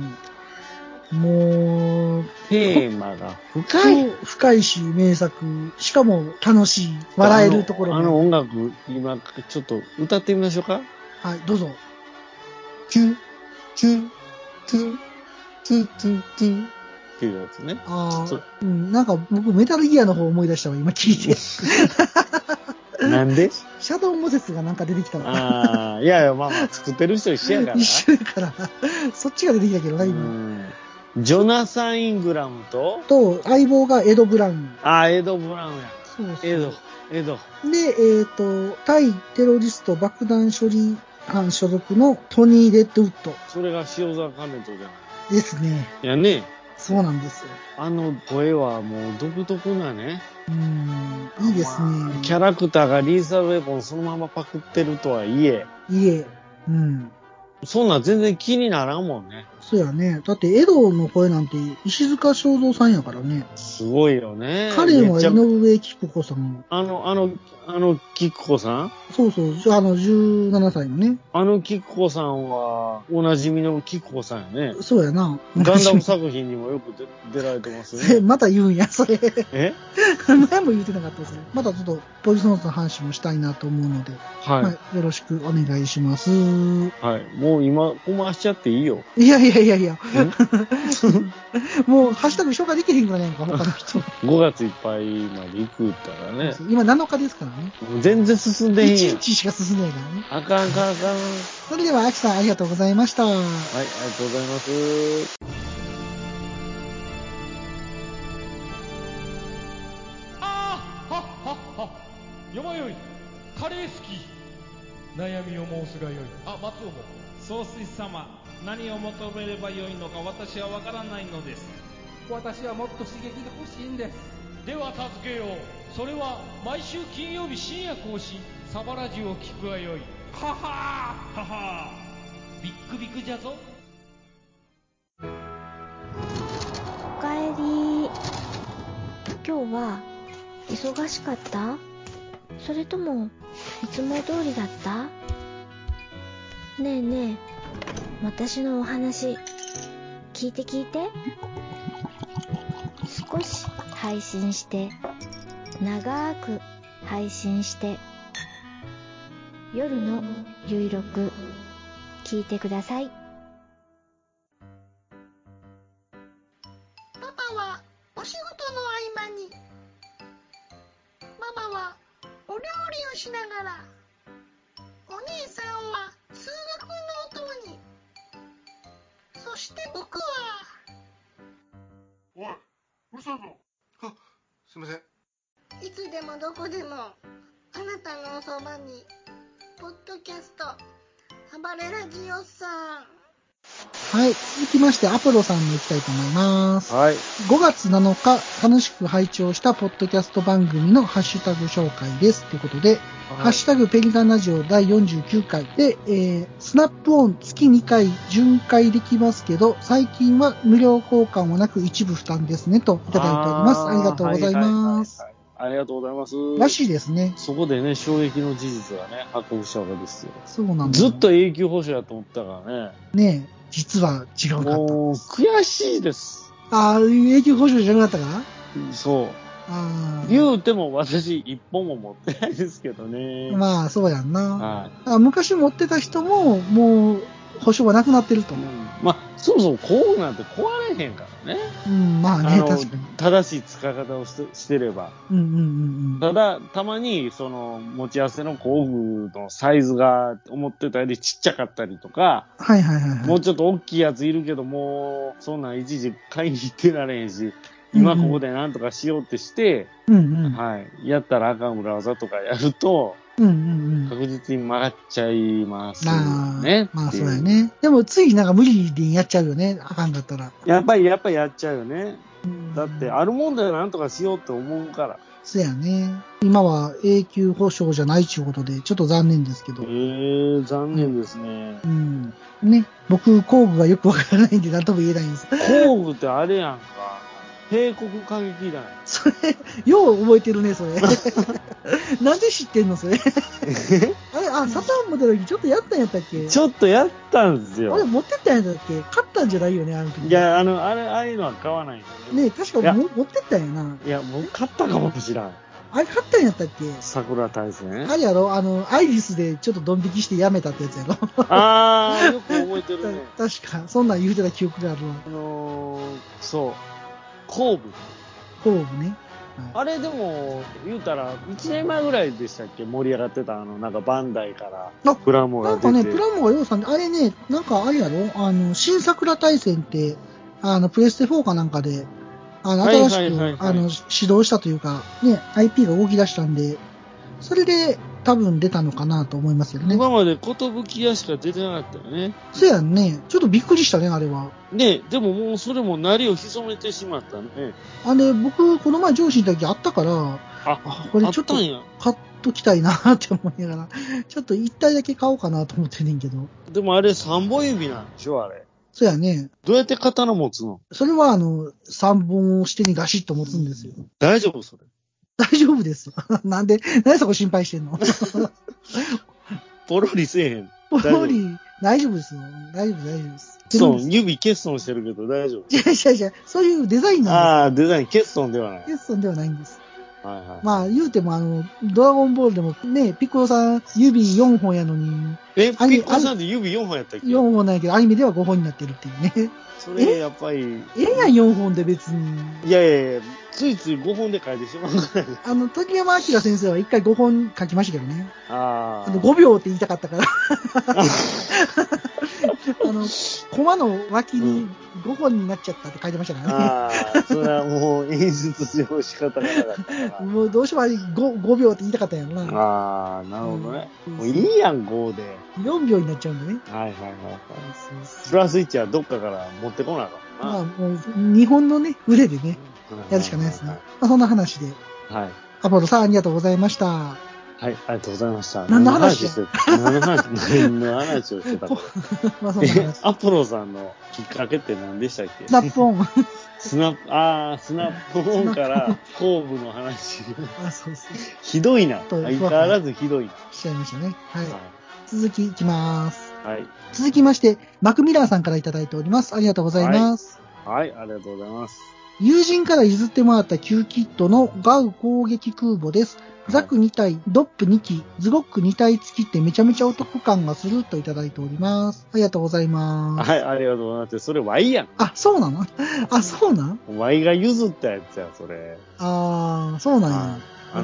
もう、 テーマが深い。 深いし、名作。しかも楽しい。笑えるところも。 音楽、今、ちょっと歌ってみましょうか。 はい、どうぞ。 トゥ、トゥ、トゥ、トゥ、トゥ、トゥっていうやつね。 なんか僕メタルギアの方思い出したわ、今聞いて。 なんでシャドウモゼスがなんか出てきたわ。 いやいや、まあまあ、作ってる人一緒やから。 一緒やから。そっちが出てきたけどな、今。 ジョナサン・イングラムと、 相棒がエド・ブラウン。 エド・ブラウンや。 そうそう。 エド。 で、対テロリスト爆弾処理班所属のトニー・レッドウッド。 それが塩沢兼人じゃない。 ですね。 いやね。 そうなんですよ。 あの声はもう独特なね。 いいですね。 キャラクターがリーサルウェポンそのままパクってるとはいえ。そんなん全然気にならんもんね。 そうやね。だってエドの声なんて石塚正蔵さんやからね。 すごいよね。 彼は井上菊子さん。 菊子さん？ そうそう。17歳のね。 菊子さんは、おなじみの菊子さんやね。 そうやな。 ガンダム作品にもよく出られてますよね。 また言うんや、それ。 前も言ってなかったですね。またちょっと、ポジションズの話もしたいなと思うので。はい。よろしくお願いします。 はい。もう今、コマしちゃっていいよ。 いや。もう、ハッシュタグ紹介できへんからねんか、他の人。 5月いっぱいまで行くったらね。 今7日ですからね。 全然進んでへんやん。 1日しか進んでないからね。 あかん。 それでは、アキさんありがとうございました。はい、ありがとうございます。 よまよい、カレー好き。悩みを申すがよい。松尾も。 総帥様、何を求めればよいのか私はわからないのです。 私はもっと刺激が欲しいんです。では助けよう。それは毎週金曜日深夜更新、サバラジュを聞くがよい。ははビックビックじゃぞ。 おかえり。今日は忙しかった？それともいつも通りだった？ねえねえ、私のお話聞いて。少し配信して、長く配信して、夜のゆいろく聞いてください。 パパはお仕事の合間に、ママはお料理をしながら、お姉さんは数学のお供に、そして僕は。 おい、うるさいぞ。すいません。 いつでもどこでもあなたのおそばに、ポッドキャスト暴れラジオさん。 はい。続きまして、アポロさんに行きたいと思います。 はい。 5月7日、楽しく拝聴したポッドキャスト番組のハッシュタグ紹介です。ということで、ハッシュタグペリカンラジオ第49回で、スナップオン月2回巡回できますけど、最近は無料交換はなく一部負担ですね、といただいております。ありがとうございます。 ありがとうございます。 らしいですね。 そこでね、衝撃の事実がね、発覚したわけですよ。 そうなんだ。 ずっと永久保証やと思ったからね。 ねえ、実は違うかった。 もう、悔しいです。 永久保証じゃなかったか？ そう。言うても私一本も持ってないですけどね。 まあ、そうやんな。昔持ってた人も、もう、保証はなくなってると思う。 まあ、そもそも工具なんて壊れへんからね。 まあね、確かに。 正しい使い方をしてれば。ただ、たまに、持ち合わせの工具のサイズが思ってたよりちっちゃかったりとか、もうちょっと大きいやついるけど、もう、そんなんいちいち買いに行ってられへんし、今ここでなんとかしようってして、やったらあかん裏技とかやると、確実に曲がっちゃいますね。 まあそうやね。でもついなんか無理でやっちゃうよね。あかんかったら。 やっぱりやっちゃうよね。だってあるもんだよなんとかしようって思うから。 そうやね。今は永久保証じゃないっていうことで、ちょっと残念ですけど。 残念ですね。 ね。僕、工具がよくわからないんで何とも言えないんです。 工具ってあれやんか。 帝国歌劇団。 それ、よう覚えてるね、それ。なんで知ってんの、それ。あれ、サタンモデルにちょっとやったんやったっけ？ ちょっとやったんですよ。 あれ持ってったんやったっけ？買ったんじゃないよね、あの時。 いや、ああいうのは買わないよね。ね、確か持ってったんやな。 いや、もう買ったかもしらん。 あれ買ったんやったっけ？ 桜大戦あれやろアイリスでちょっとドン引きしてやめたってやつやろあー、よく覚えてるね。 確か、そんなん言うてた記憶があるわ。 そう。後部ね。 はい、あれでも、言うたら、1年前ぐらいでしたっけ盛り上がってた、なんかバンダイからプラモが出て。 なんかね、プラモがようさん、あれね、なんかあれやろ新桜大戦って、プレステ4かなんかで、新しく、指導したというか、ね、IP が動き出したんで、それで多分出たのかなと思いますよね。 今まで寿屋しか出てなかったよね。 そうやんね。ちょっとびっくりしたね、あれは。 ね、でももうそれも鳴りを潜めてしまったね。 僕、この前上司の時あったから、これちょっと買っときたいなって思いながら、ちょっと一体だけ買おうかなと思ってんねんけど。 でもあれ3本指なんでしょ、あれ。 そうやね。 どうやって刀持つの？ それは3本をしてにガシッと持つんですよ。 大丈夫それ？ 大丈夫です。なんでそこ心配してんの？ ポロリせえへん。 ポロリ、大丈夫ですよ。大丈夫です。 指欠損してるけど大丈夫。 違う。そういうデザインなんです。 ああ、デザイン欠損ではない。 欠損ではないんです。 はいはい。 まあ、言うてもドラゴンボールでもね、ピッコロさん指4本やのに。 ピッコロさんって指4本やったっけ？ 4 本なんやけど、アニメでは5本になってるっていうね。 それ、やっぱり。 やん、4本で別に。 いや、ついつい5本で書いてしまうから。 鳥山明先生は1回5本書きましたけどね。 ああ。 5秒って言いたかったから。コマの脇に5本になっちゃったって書いてましたからね。 ああ、それはもう演出上仕方がなかったから。 もうどうしても5秒って言いたかったんやろな。 ああ、なるほどね。もういいやん、5で。 4秒になっちゃうんでね。 はい。プラス1はどっかから持ってこなあかんな。 まあもう、日本のね、腕でね、やるしかないですね。そんな話で。 はい。 アポロさんありがとうございました。 はい、ありがとうございました。 何の話をしてたか。 まあそんな話。 アポロさんのきっかけって何でしたっけ？ スナップオン。 スナップオンから後部の話。 そう。 ひどいな。相変わらずひどいな。 しちゃいましたね。はい。続きいきます。 はい。 続きまして、マクミラーさんからいただいております。ありがとうございます。 はい、ありがとうございます。 友人から譲ってもらった旧キットのガウ攻撃空母です。ザク2体、ドップ2機、ズゴック2体付きってめちゃめちゃお得感がするといただいております。ありがとうございます。 はい、ありがとうございます。それ Y やん。 あ、そうなの？あ、そうなん？ Y が譲ったやつや、それ。 そうなんや。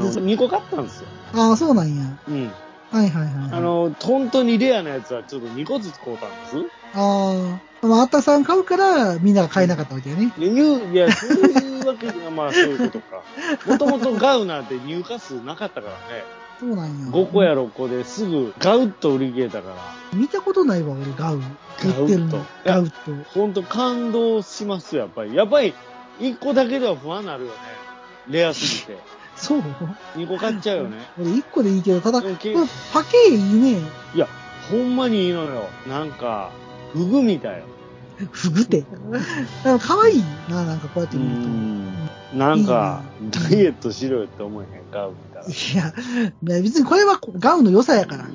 2個買ったんですよ。 そうなんや。 うん。 はい。 本当にレアなやつはちょっと2個ずつ買うたんです。 あったさん買うからみんなが買えなかったわけやね。 そういうわけではまあそういうことか。もともとガウなんて入荷数なかったからね。 そうなんや。 5個や6個ですぐガウッと売り切れたから。 見たことないわ、俺、ガウ。 ガウッと。 ガウッと。 ほんと感動しますよ、やっぱり。やっぱり1個だけでは不安になるよね。レアすぎて。 そう ?2 個買っちゃうよね。 俺1個でいいけど、ただ、これパケいいね。 いや、ほんまにいいのよ。なんか、フグみたいよ。 フグって。可愛いな、なんかこうやって見ると。 なんか、ダイエットしろよって思えへん、ガウ見たら。 いや、別にこれはガウの良さやから。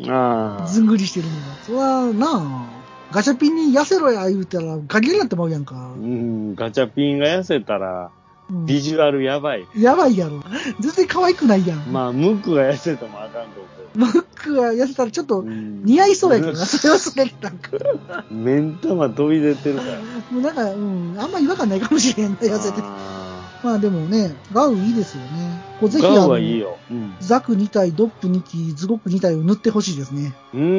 ずんぐりしてるのが。それはなガチャピンに痩せろや言うたらガリになってまうやんか。 ガチャピンが痩せたら、ビジュアルやばい。 やばいやろ。全然可愛くないやん。 まあ、ムックが痩せてもあかんと思う。ムックが痩せたらちょっと似合いそうやけどな。それはそれでなんか。 目ん玉飛び出てるから。 もうなんか、あんま違和感ないかもしれんな、痩せて。まあでもね、ガウいいですよね。ぜひガウはいいよ。 ザク2体、ドップ2機、ズゴック2体を塗ってほしいですね。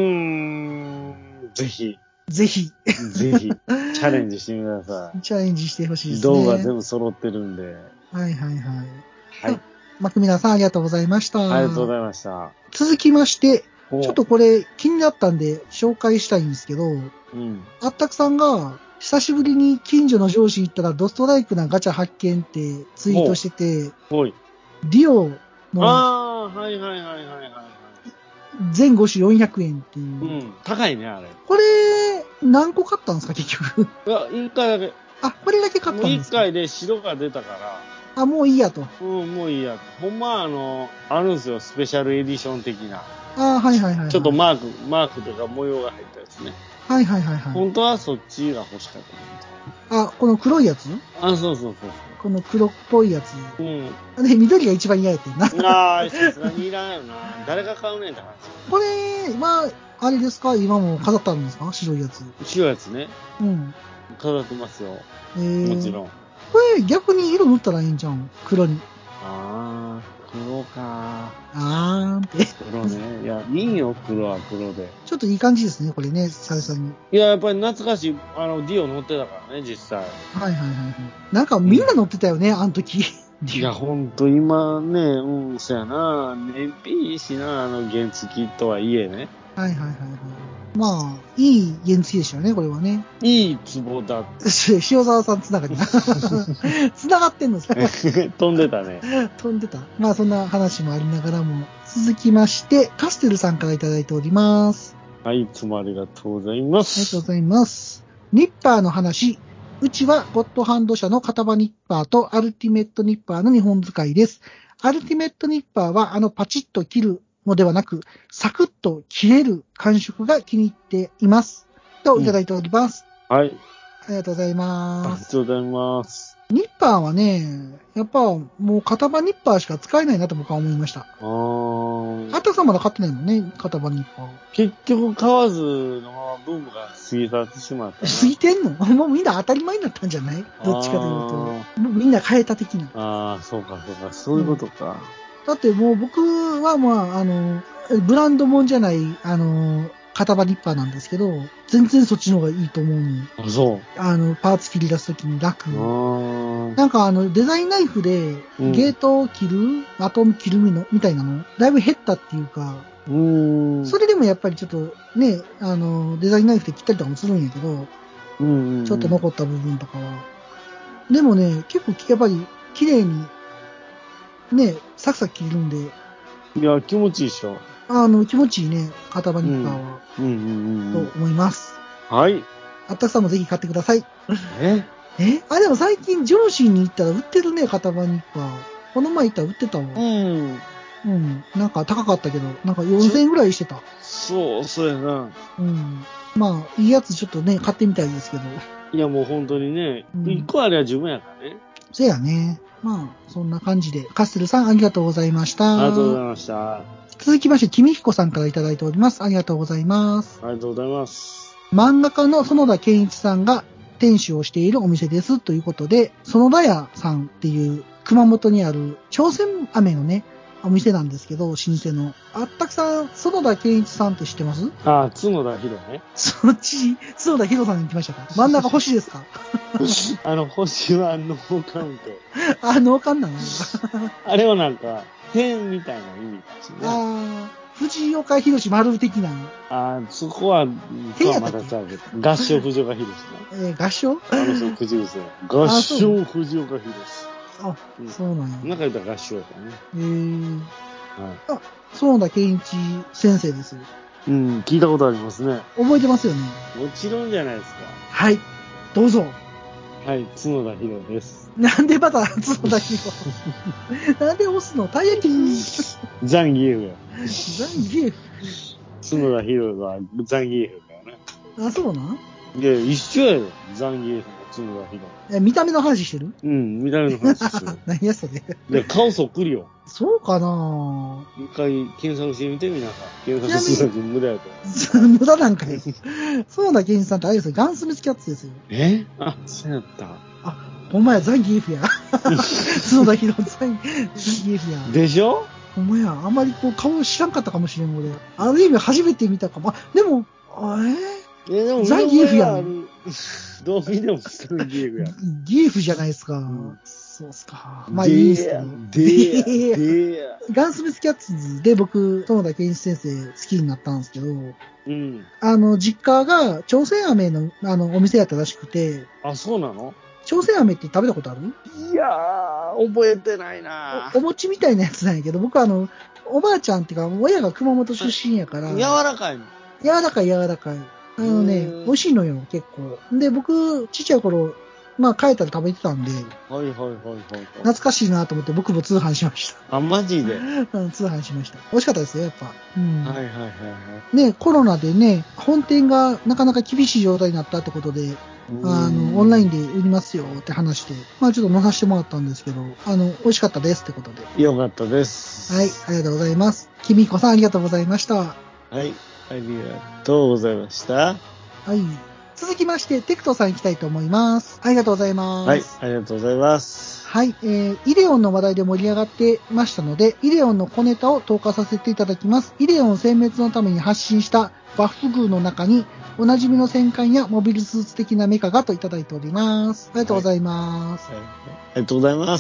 ぜひ。 ぜひ。 ぜひ。チャレンジしてみてください。 チャレンジしてほしいですね。 動画全部揃ってるんで。 はい。 はい。 マクミラーさんありがとうございました。 ありがとうございました。 続きまして、ちょっとこれ気になったんで紹介したいんですけど、あったくさんが久しぶりに近所の上司行ったらドストライクなガチャ発見ってツイートしてて、リオの、全5種400円っていう。 高いね、あれ。 これ、何個買ったんですか、結局。 いや、1回だけ。 あ、これだけ買ったんですか？ もう1回で白が出たから。 あ、もういいやと。 もういいやと。ほんまあるんですよ、スペシャルエディション的な。 はいはいはい。 ちょっとマークとか模様が入ったやつね。 はいはいはいはい。 本当はそっちが欲しかった。 この黒いやつ？ そう。 この黒っぽいやつ。 うん。 で、緑が一番嫌やってんな。 さすがにいらんよな。誰が買うねんって話。 これ、あれですか？今も飾ってあるんですか？白いやつ。 白いやつね。 うん。 飾ってますよ。もちろん。 これ、逆に色塗ったらいいんじゃん。黒に。 黒か。 って。 黒ね。いや、いいよ、黒は黒で。 ちょっといい感じですね、これね、久々に。 いや、やっぱり懐かしい、ディオ乗ってたからね、実際。 はい。なんかみんな乗ってたよね、あの時。 いや、ほんと今ね、そやな。燃費いいしな、原付とはいえね。 はい。まあ、いい原付でしたよね、これはね。 いい壺だって。 塩沢さんつながりな。つながってんの飛んでたね。 飛んでた。まあ、そんな話もありながらも。続きまして、カステルさんからいただいております。 はい、いつもありがとうございます。 ありがとうございます。ニッパーの話。うちはゴッドハンド社の片刃ニッパーとアルティメットニッパーの2本使いです。アルティメットニッパーはパチッと切るのではなく、サクッと切れる感触が気に入っています。といただいております。 はい。 ありがとうございます。 ありがとうございます。 ニッパーはね、やっぱもう片刃ニッパーしか使えないなと僕は思いました。あたさんまだ買ってないもんね、片刃ニッパー。 結局買わずのままブームが過ぎ去ってしまったな。 過ぎてんの？もうみんな当たり前になったんじゃない？どっちかというと。みんな変えた的な。 そうか。そういうことか。 だってもう僕はブランドもんじゃない、片刃ニッパーなんですけど、全然そっちの方がいいと思う。 そう。 パーツ切り出すときに楽。なんかデザインナイフで、ゲートを切る、アトム切るみたいなの、だいぶ減ったっていうか、それでもやっぱりちょっとね、デザインナイフで切ったりとかもするんやけど、ちょっと残った部分とかは。でもね、結構やっぱり綺麗に、ね、サクサク切れるんで。 いや、気持ちいいでしょ。 気持ちいいね、片刃ニッパーは。と思います。 はい。 あったくさんもぜひ買ってください。でも最近、ジョーシーに行ったら売ってるね、片刃ニッパー。この前行ったら売ってたわ。なんか高かったけど、なんか4000円ぐらいしてた。 そうやな。 まあ、いいやつちょっとね、買ってみたいですけど。 いや、もう本当にね、1個あれば十分やからね。 そうやね。まあ、そんな感じで。カステルさん、ありがとうございました。 ありがとうございました。 続きまして、君彦さんからいただいております。ありがとうございます。 ありがとうございます。 漫画家の園田健一さんが店主をしているお店ですということで、園田屋さんっていう熊本にある朝鮮飴のね、お店なんですけど、老舗の。あったくさん、園田健一さんって知ってます？ 角田博ね。 そっち、角田博さんに行きましたか？真ん中星ですか？ 星はノーカウント。 ノーカウントなの？ あれはなんか、変みたいな意味ですね。 藤岡弘丸的な。 そこは、またちゃうけど。合唱藤岡弘ね。 合唱？ そう、口癖。合唱藤岡弘。 そうなんや。 中言ったら合唱やからね。 園田健一先生ですよ。 聞いたことありますね。 覚えてますよね。 もちろんじゃないですか。 はい。どうぞ。 はい、角田博です。 なんでまた角田博なんで押すの？たい焼きザンギエフや。 ザンギエフ角田博がザンギエフやからね。 そうなん？ いや、一緒やろ。ザンギエフも角田博。 見た目の話してる？ 見た目の話してる。 何やそれ。 で、顔そっくりよ。 そうかな？ 一回検索してみてみなさい。検索するとき無駄やと。 無駄なんかよ。園田健一さんってあれですよ。ガンスミスキャッツですよ。 そうやった。 ほんまや、ザンギエフや。角田博、ザンギエフや。 でしょ？ ほんまや、あんまり顔知らんかったかもしれん、俺。ある意味初めて見たかも。でも、 でもザンギエフやん。 どう見てもザンギエフやん。 ギエフじゃないですか。そうっすか。まあいいですけど。ガンスミスキャッツで僕、園田健一先生好きになったんですけど、実家が朝鮮飴のお店やったらしくて。 そうなの？ 朝鮮飴って食べたことある？ いやー、覚えてないな。 お餅みたいなやつなんやけど、僕おばあちゃんっていうか、親が熊本出身やから。 柔らかいの？ 柔らかい。美味しいのよ、結構。で、僕、ちっちゃい頃、 まあ帰ったら食べてたんで、 はい。 懐かしいなと思って僕も通販しました。 あ、マジで通販しました。美味しかったですよ、やっぱ。うん。 はい。 ね、コロナでね、本店がなかなか厳しい状態になったってことで、オンラインで売りますよって話して、まあちょっと載させてもらったんですけど、美味しかったですってことで。 よかったです。 はい、ありがとうございます。きみこさんありがとうございました。 はい、ありがとうございました。 はい。続きまして、テクトさん行きたいと思います。ありがとうございます。 はい、ありがとうございます。 はい、イデオンの話題で盛り上がってましたので、イデオンの小ネタを投下させていただきます。イデオン殲滅のために発信したバッフグーの中に、おなじみの戦艦やモビルスーツ的なメカがといただいております。ありがとうございます。 はい、ありがとうございます。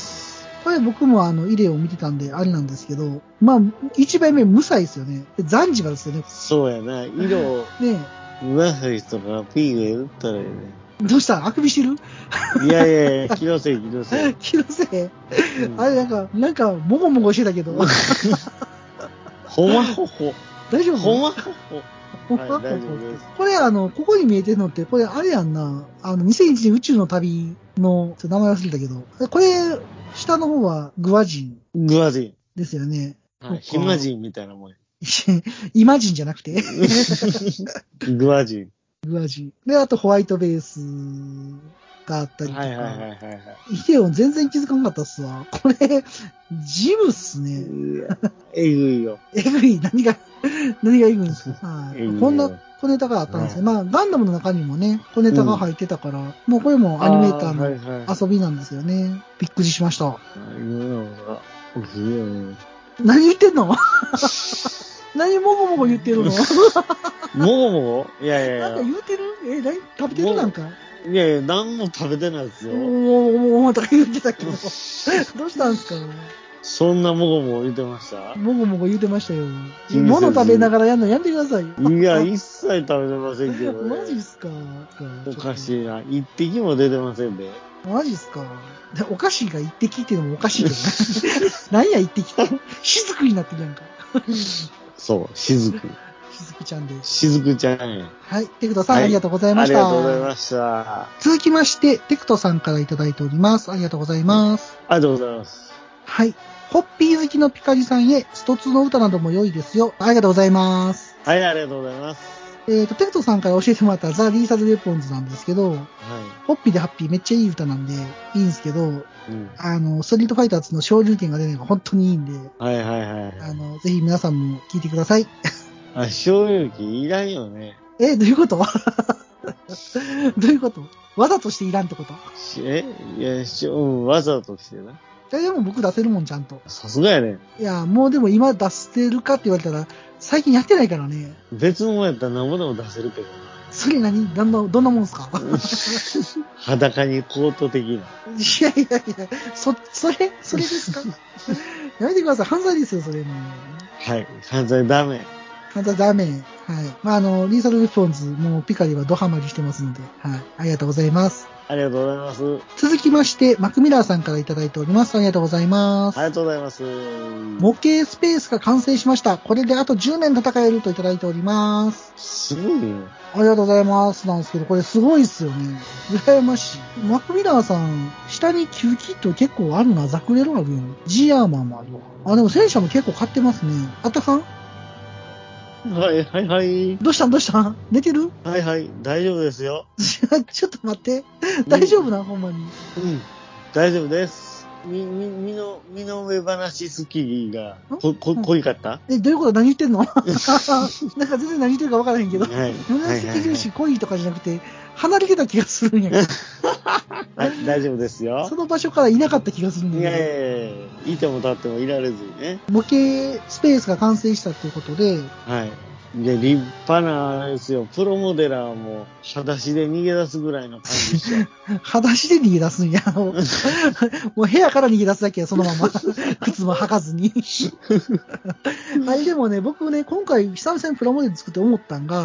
これ僕もイデオン見てたんで、あれなんですけど、まあ、一番目、無彩ですよね。ザンジバですよね。 そうやな、色、ね紫とかピーが言ったらいいね。 どうしたあくびしてるいや、気のせい。 気のせい、あれなんか、もごもごしてたけど。 ほまほほ。 大丈夫ほまほほ。はい、大丈夫です。 これここに見えてるのって、これあれやんな。2001年宇宙の旅の、名前忘れたけど、これ、下の方はグアジン。 グアジン。 ですよね。 はい、ヒマジンみたいなもん。 イマジンじゃなくて。 グアジン。 グアジン。で、あとホワイトベースがあったりとか。 はい。 イデオン全然気づかなかったっすわ。これ、ジムっすね。 えぐいよ。 えぐい。何がえぐいんですか。はい。こんな小ネタがあったんですね。まあ、ガンダムの中にもね、小ネタが入ってたから、もうこれもアニメーターの遊びなんですよね。びっくりしました。何言ってんの何もごもご言ってるのもごもごいや。 なんか言うてる何食べてるなんかいや、何も食べてないですよ。 もう、とか言ってたけど。どうしたんすかそんなもごもご言ってましたもごもご言ってましたよ。物食べながらやんのやめてくださいよ。 いや、一切食べてませんけどね。 マジっすかおかしいな。一滴も出てませんで。 マジっすかおかしいが一滴っていうのもおかしいけどね。何や一滴って。雫になってるやんか。 そう、雫。 雫ちゃんです。 雫ちゃんや。 はい。テクトさん、ありがとうございました。 ありがとうございました。 続きまして、テクトさんからいただいております。ありがとうございます。 ありがとうございます。 はい。ホッピー好きのピカリさんへ、スト2の歌なども良いですよ。ありがとうございます。 はい、ありがとうございます。 テクトさんから教えてもらったザ・リーサル・レポンズなんですけど、はい、ホッピーでハッピーめっちゃいい歌なんで、いいんですけど、ストリートファイターズの昇竜拳が出るのが本当にいいんで、はい。ぜひ皆さんも聴いてください。 昇竜拳いらんよね。 どういうことどういうことわざとしていらんってことわざとしてな。 でも僕出せるもんちゃんと。 さすがやね。 いや、もうでも今出してるかって言われたら、最近やってないからね。 別のもんやったら何もでも出せるけどな。 それどんなもんすか裸にコート的な。 いや、それですかやめてください。犯罪ですよ、それも。 はい、犯罪ダメ。 犯罪ダメ。はい。まあ、リーサルレポンズ、もうピカリはドハマりしてますので、はい。ありがとうございます。 ありがとうございます。 続きまして、マクミラーさんからいただいております。ありがとうございます。 ありがとうございます。 模型スペースが完成しました。これであと10年戦えるといただいております。 すごいね。 ありがとうございますなんですけど、これすごいっすよね。羨ましい。マクミラーさん、下に9キット結構あるな。ザクレロあるよ。G アーマーもあるわ。でも戦車も結構買ってますね。あったかんはい。 どうしたん寝てるはい。大丈夫ですよ。 ちょっと待って。大丈夫な、ほんまに。 大丈夫です。身の上話好きが、濃いかったどういうこと何言ってんのなんか全然何言ってるか分からへんけど。はい。話好き重視濃いとかじゃなくて、離れてた気がするんやけど。 大丈夫ですよ。 その場所からいなかった気がするんだけど。 いやいても立ってもいられずにね。 模型スペースが完成したということで。 はい。で、立派な、あれですよ。プロモデラーも、裸足で逃げ出すぐらいの感じですよ。 裸足で逃げ出すんや。もう部屋から逃げ出すだけや、そのまま。靴も履かずに。あれでもね、僕ね、今回、久々にプラモデル作って思ったんが、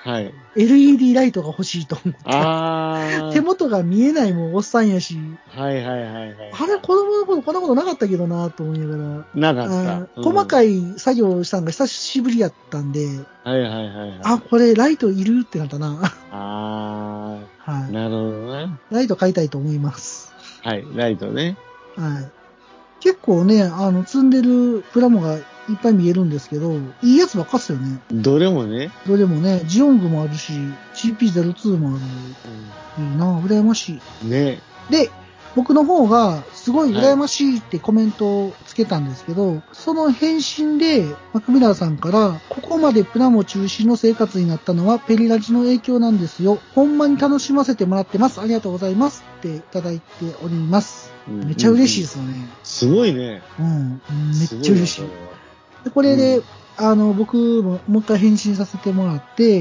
はい。 LED ライトが欲しいと思って。 ああ。 手元が見えないもんおっさんやし。 はいはいはいはい。 あれ、子供の頃こんなことなかったけどなと思いながら。なかった。 細かい作業をしたのが久しぶりやったんで。 はいはいはい、はい。 あ、これライトいるってなったな。 ああ。 はい。 なるほどね。 ライト買いたいと思います。 はい、ライトね。 はい。結構ね、積んでるプラモがいっぱい見えるんですけど、いいやつばっかっすよね。 どれもね。 どれもね、ジオングもあるし、CP02 もある。いいな、羨ましい。 ね。 で、僕の方がすごい羨ましいってコメントをつけたんですけど、その返信でマクミラーさんから、ここまでプラモ中心の生活になったのはペリラジの影響なんですよ。ほんまに楽しませてもらってます。ありがとうございますっていただいております。めっちゃ嬉しいですよね。 すごいね。 うん。めっちゃ嬉しい。でこれで、僕ももう一回返信させてもらって、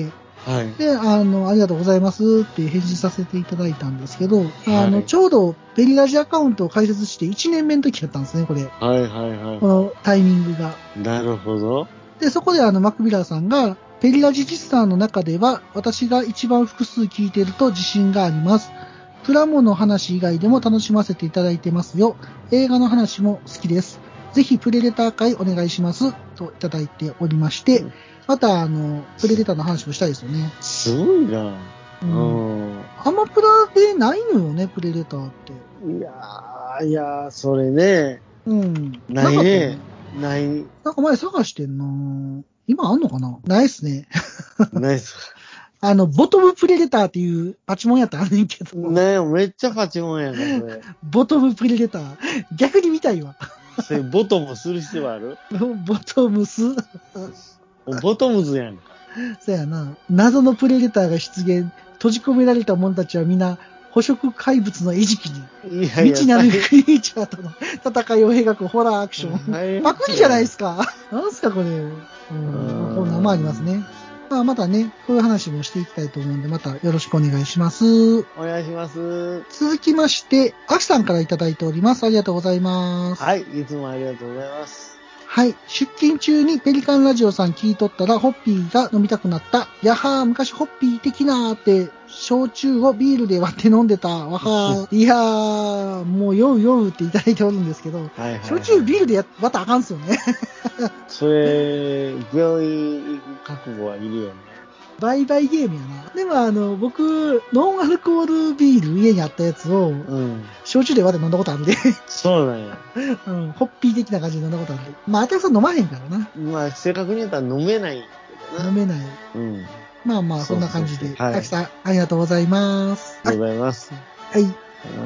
はい。で、ありがとうございますって返信させていただいたんですけど、はい、ちょうどペリラジアカウントを開設して1年目の時だったんですね、これ。はいはいはい。このタイミングが。 なるほど。 で、そこでマクビラーさんが、ペリラジ実際の中では私が一番複数聞いてると自信があります。プラモの話以外でも楽しませていただいてますよ。映画の話も好きです。ぜひプレデター会お願いします。といただいておりまして、またプレデターの話もしたいですよね。 すごいな。 アマプラでないのよね、プレデターって。 いやー、それね。ないね。ない。 なんか前探してんな。今あんのかな？ないっすね。 ないっす。 ボトムプレデターっていうパチモンやったらあんねんけど。 ねえ、めっちゃパチモンやんか、それ。 ボトムプレデター。逆に見たいわ。 それ、ボトムする必要ある？ ボトムス。 ボトムズやんか。 そうやな。謎のプレデターが出現。閉じ込められた者たちは皆、捕食怪物の餌食に。未知なるクリーチャーとの戦いを描くホラーアクション。パクリじゃないですか。なんすか、これ。こんなもありますね。またね、こういう話もしていきたいと思うんで、またよろしくお願いします。 お願いします。 続きまして、アキさんからいただいております。ありがとうございます。 はい、いつもありがとうございます。 はい。出勤中にペリカンラジオさん聞いとったら、ホッピーが飲みたくなった。やはー、昔ホッピー的なーって、焼酎をビールで割って飲んでた。わはー。いやー、もう酔うっていただいておるんですけど、焼酎ビールで割ったらあかんすよね。 それ、病院行く覚悟はいるよね。 売買ゲームやな。でも僕、ノンアルコールビール家にあったやつを、焼酎で割って飲んだことあるんで。 そうなんや。 ホッピー的な感じで飲んだことあるんで。まあ、あたくさん飲まへんからな。 まあ、正確に言ったら飲めないけどな。 飲めない。まあまあ、そんな感じで。アキさん、ありがとうございます。 ありがとうございます。 はい。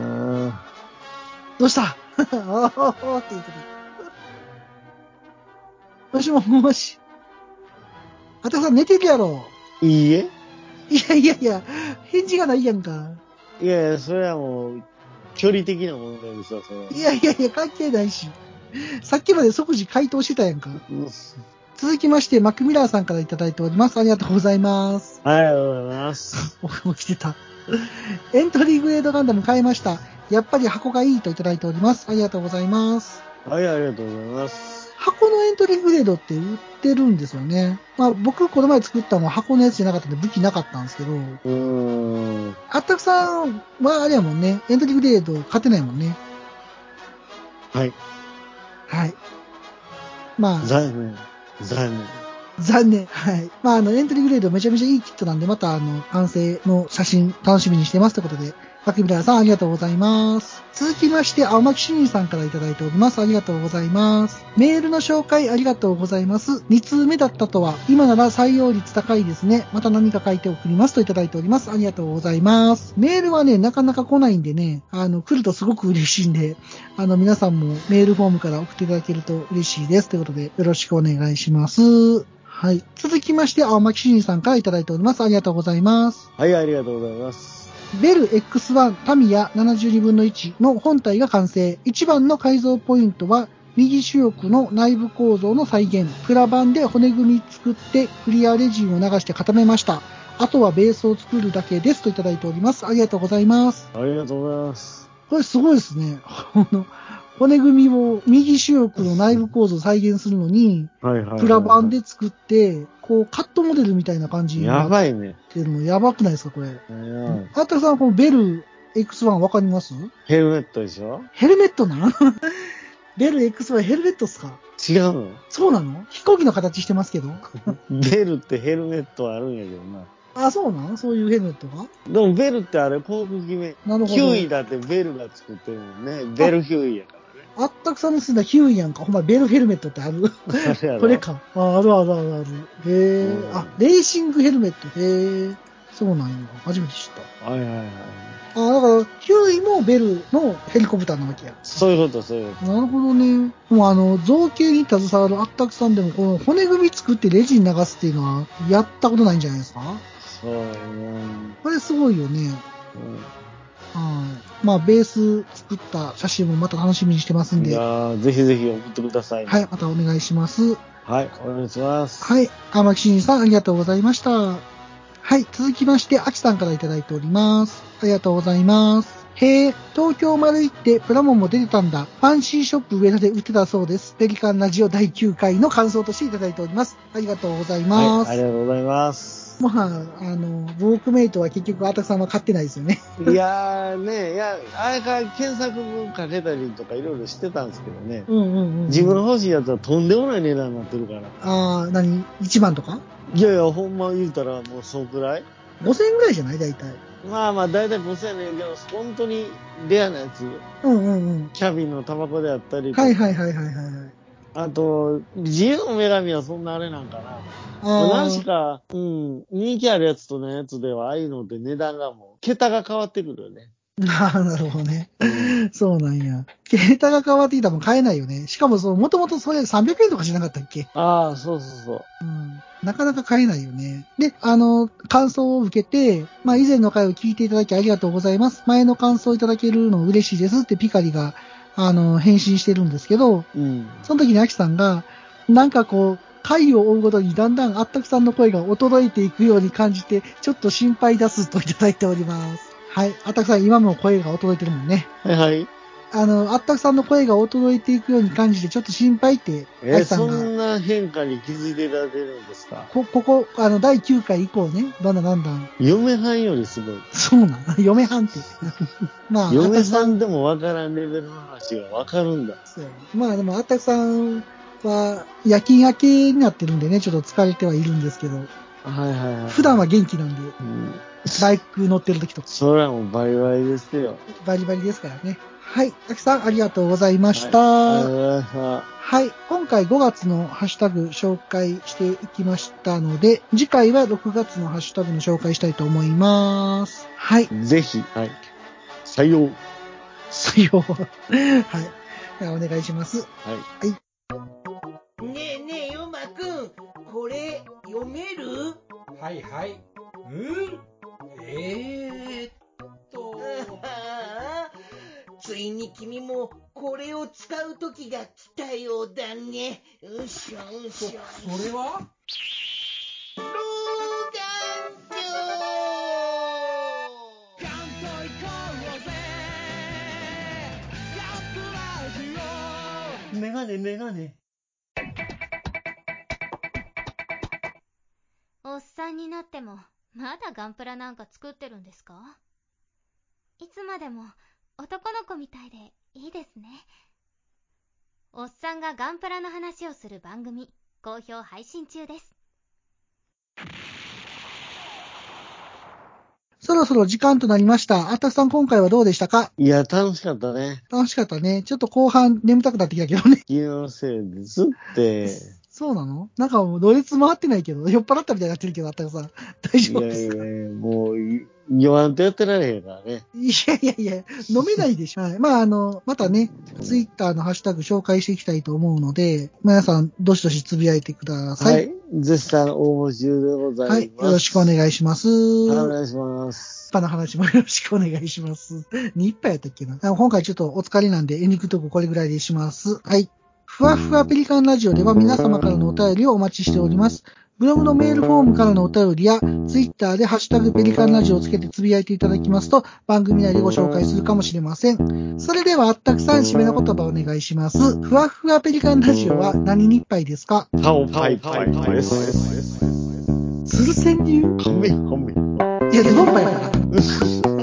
どうしたって言ってもしもし。あたくさん寝てるやろ。 いいえ。 いや、返事がないやんか。 いや、それはもう、距離的な問題ですわ、それは。 いや、関係ないし。さっきまで即時回答してたやんか。続きまして、マクミラーさんからいただいております。ありがとうございます。 ありがとうございます。 僕も来てた。エントリーグレードガンダム買いました。やっぱり箱がいいといただいております。ありがとうございます。 はい、ありがとうございます。 箱のエントリーグレードって売ってるんですよね。まあ僕この前作ったのは箱のやつじゃなかったんで武器なかったんですけど。あったくさんはあれやもんね。エントリーグレード買ってないもんね。 はい。 はい。まあ。 残念。はい。まあエントリーグレードめちゃめちゃいいキットなんで、また完成の写真楽しみにしてますということで。マクミラーさんありがとうございます。続きまして、青巻主任さんからいただいております。ありがとうございます。メールの紹介ありがとうございます。2通目だったとは、今なら採用率高いですね。また何か書いて送りますといただいております。ありがとうございます。メールはね、なかなか来ないんでね、来るとすごく嬉しいんで、皆さんもメールフォームから送っていただけると嬉しいです。ということで、よろしくお願いします。はい。続きまして、青巻主任さんからいただいております。ありがとうございます。 はい、ありがとうございます。 ベル X1 タミヤ72分の1の本体が完成。一番の改造ポイントは、右主翼の内部構造の再現。プラ板で骨組み作ってクリアレジンを流して固めました。あとはベースを作るだけですといただいております。ありがとうございます。 ありがとうございます。 これすごいですね。 骨組みを右主翼の内部構造を再現するのに、プラ板で作って、こう、カットモデルみたいな感じになってるの。やばいね。やばくないですか、これ。あったくさん、このベル X1 わかります？ ヘルメットでしょ？ ヘルメットなベル X1 ヘルメットっすか？ 違うの？ そうなの？飛行機の形してますけど。 ベルってヘルメットあるんやけどな。 あ、そうなん？そういうヘルメットが？ でもベルってあれ航空機名。なるほど。ヒューイだってベルが作ってるもんね。ベルヒューイやからね。 あったくさんの住んだヒューイやんか。ほんまベルヘルメットってある？これか。ある。へえ。あ、レーシングヘルメット。へえ。そうなんや。初めて知った。はい。あ、だから、ヒューイもベルのヘリコプターなわけや。 そういうこと。 なるほどね。もう造形に携わるあったくさんでも、この骨組み作ってレジに流すっていうのは、やったことないんじゃないですか？そうね。これすごいよね。まあ、ベース作った写真もまた楽しみにしてますんで。いやー、ぜひぜひ送ってください、ね。 はい、またお願いします。 はい、お願いします。 はい、天木真司さんありがとうございました。はい、続きまして、あきさんからいただいております。ありがとうございます。へえ、東京丸行ってプラモンも出てたんだ。ファンシーショップ上野で売ってたそうです。ペリカンラジオ第9回の感想としていただいております。ありがとうございます。 はい、ありがとうございます。 まあ、ウォークメイトは結局、あたくさんは買ってないですよね。 いやーね、あれから検索文かけたりとかいろいろしてたんですけどね。自分の欲しいやつはとんでもない値段になってるから。 あー、何 ?1 万とか？ いや、ほんま言うたらもうそうくらい ?5000 円ぐらいじゃない大体。 まあ、大体5000円ねんけど、本当にレアなやつ。キャビンのタバコであったりとか。はい。あと、自由の女神はそんなあれなんかな。何しか、人気あるやつとのやつでは、ああいうので値段がもう、桁が変わってくるよね。 ああ、なるほどね。そうなんや。桁が変わってきたらもう買えないよね。しかももともとそれ300円とかしなかったっけ？ ああ、そう。 なかなか買えないよね。で、感想を受けて、まあ以前の回を聞いていただきありがとうございます。前の感想をいただけるの嬉しいですってピカリが、返信してるんですけど、その時にアキさんが、なんかこう、回を追うごとにだんだんあったくさんの声が衰えていくように感じて、ちょっと心配出すといただいております。はい。あったくさん、今も声が衰えてるもんね。 はい。 あったくさんの声が衰えていくように感じて、ちょっと心配って、 そんな変化に気づいていただけるんですか？ ここ、第9回以降ね、だんだん。 嫁はんよりすごい。 そうなん嫁はんって。 まあ、嫁さんでもわからんレベルの話がわかるんだ。 そう。まあでも、あったくさんは、夜勤明けになってるんでね、ちょっと疲れてはいるんですけど。はい。普段は元気なんで。バイク乗ってる時とか。 それはもうバリバリですよ。 バリバリですからね。はい。あきさん、ありがとうございました。はい。ありがとうございました。はい。今回5月のハッシュタグ紹介していきましたので、次回は6月のハッシュタグの紹介したいと思います。はい。 ぜひ、はい。採用。 はい。ではお願いします。はい。 ねえ、ヨマくん、これ、読める？ はい。 ついに君もこれを使う時が来たようだね。 それは？ 老眼鏡！ メガネ。 おっさんになってもまだガンプラなんか作ってるんですか？いつまでも男の子みたいでいいですね。おっさんがガンプラの話をする番組、好評配信中です。 そろそろ時間となりました。あったくさん、今回はどうでしたか？ いや、楽しかったね。 楽しかったね。ちょっと後半眠たくなってきたけどね。 気のせいですって。 そうなの？なんかもう、ろれつ回ってないけど、酔っ払ったみたいになってるけど、あったくさん。大丈夫ですか？ いや、もう、言わんとやってられへんからね。 いや、飲めないでしょ。はい。まあ、またね、ツイッターのハッシュタグ紹介していきたいと思うので、皆さん、どしどしつぶやいてください。はい。 絶賛応募中でございます。はい。 よろしくお願いします。 お願いします。 の話もよろしくお願いします。日杯やったっけな。今回ちょっとお疲れなんで、エンディングトークこれぐらいでします。はい。ふわふわペリカンラジオでは皆様からのお便りをお待ちしております。 ブログのメールフォームからのお便りや、ツイッターでハッシュタグペリカンラジオをつけてつぶやいていただきますと、番組内でご紹介するかもしれません。それでは、あったくさん締めの言葉をお願いします。ふわふわペリカンラジオは何に一杯ですか？ 青パイパイです。 鶴川流？ 本名。 いや、でもパイかな。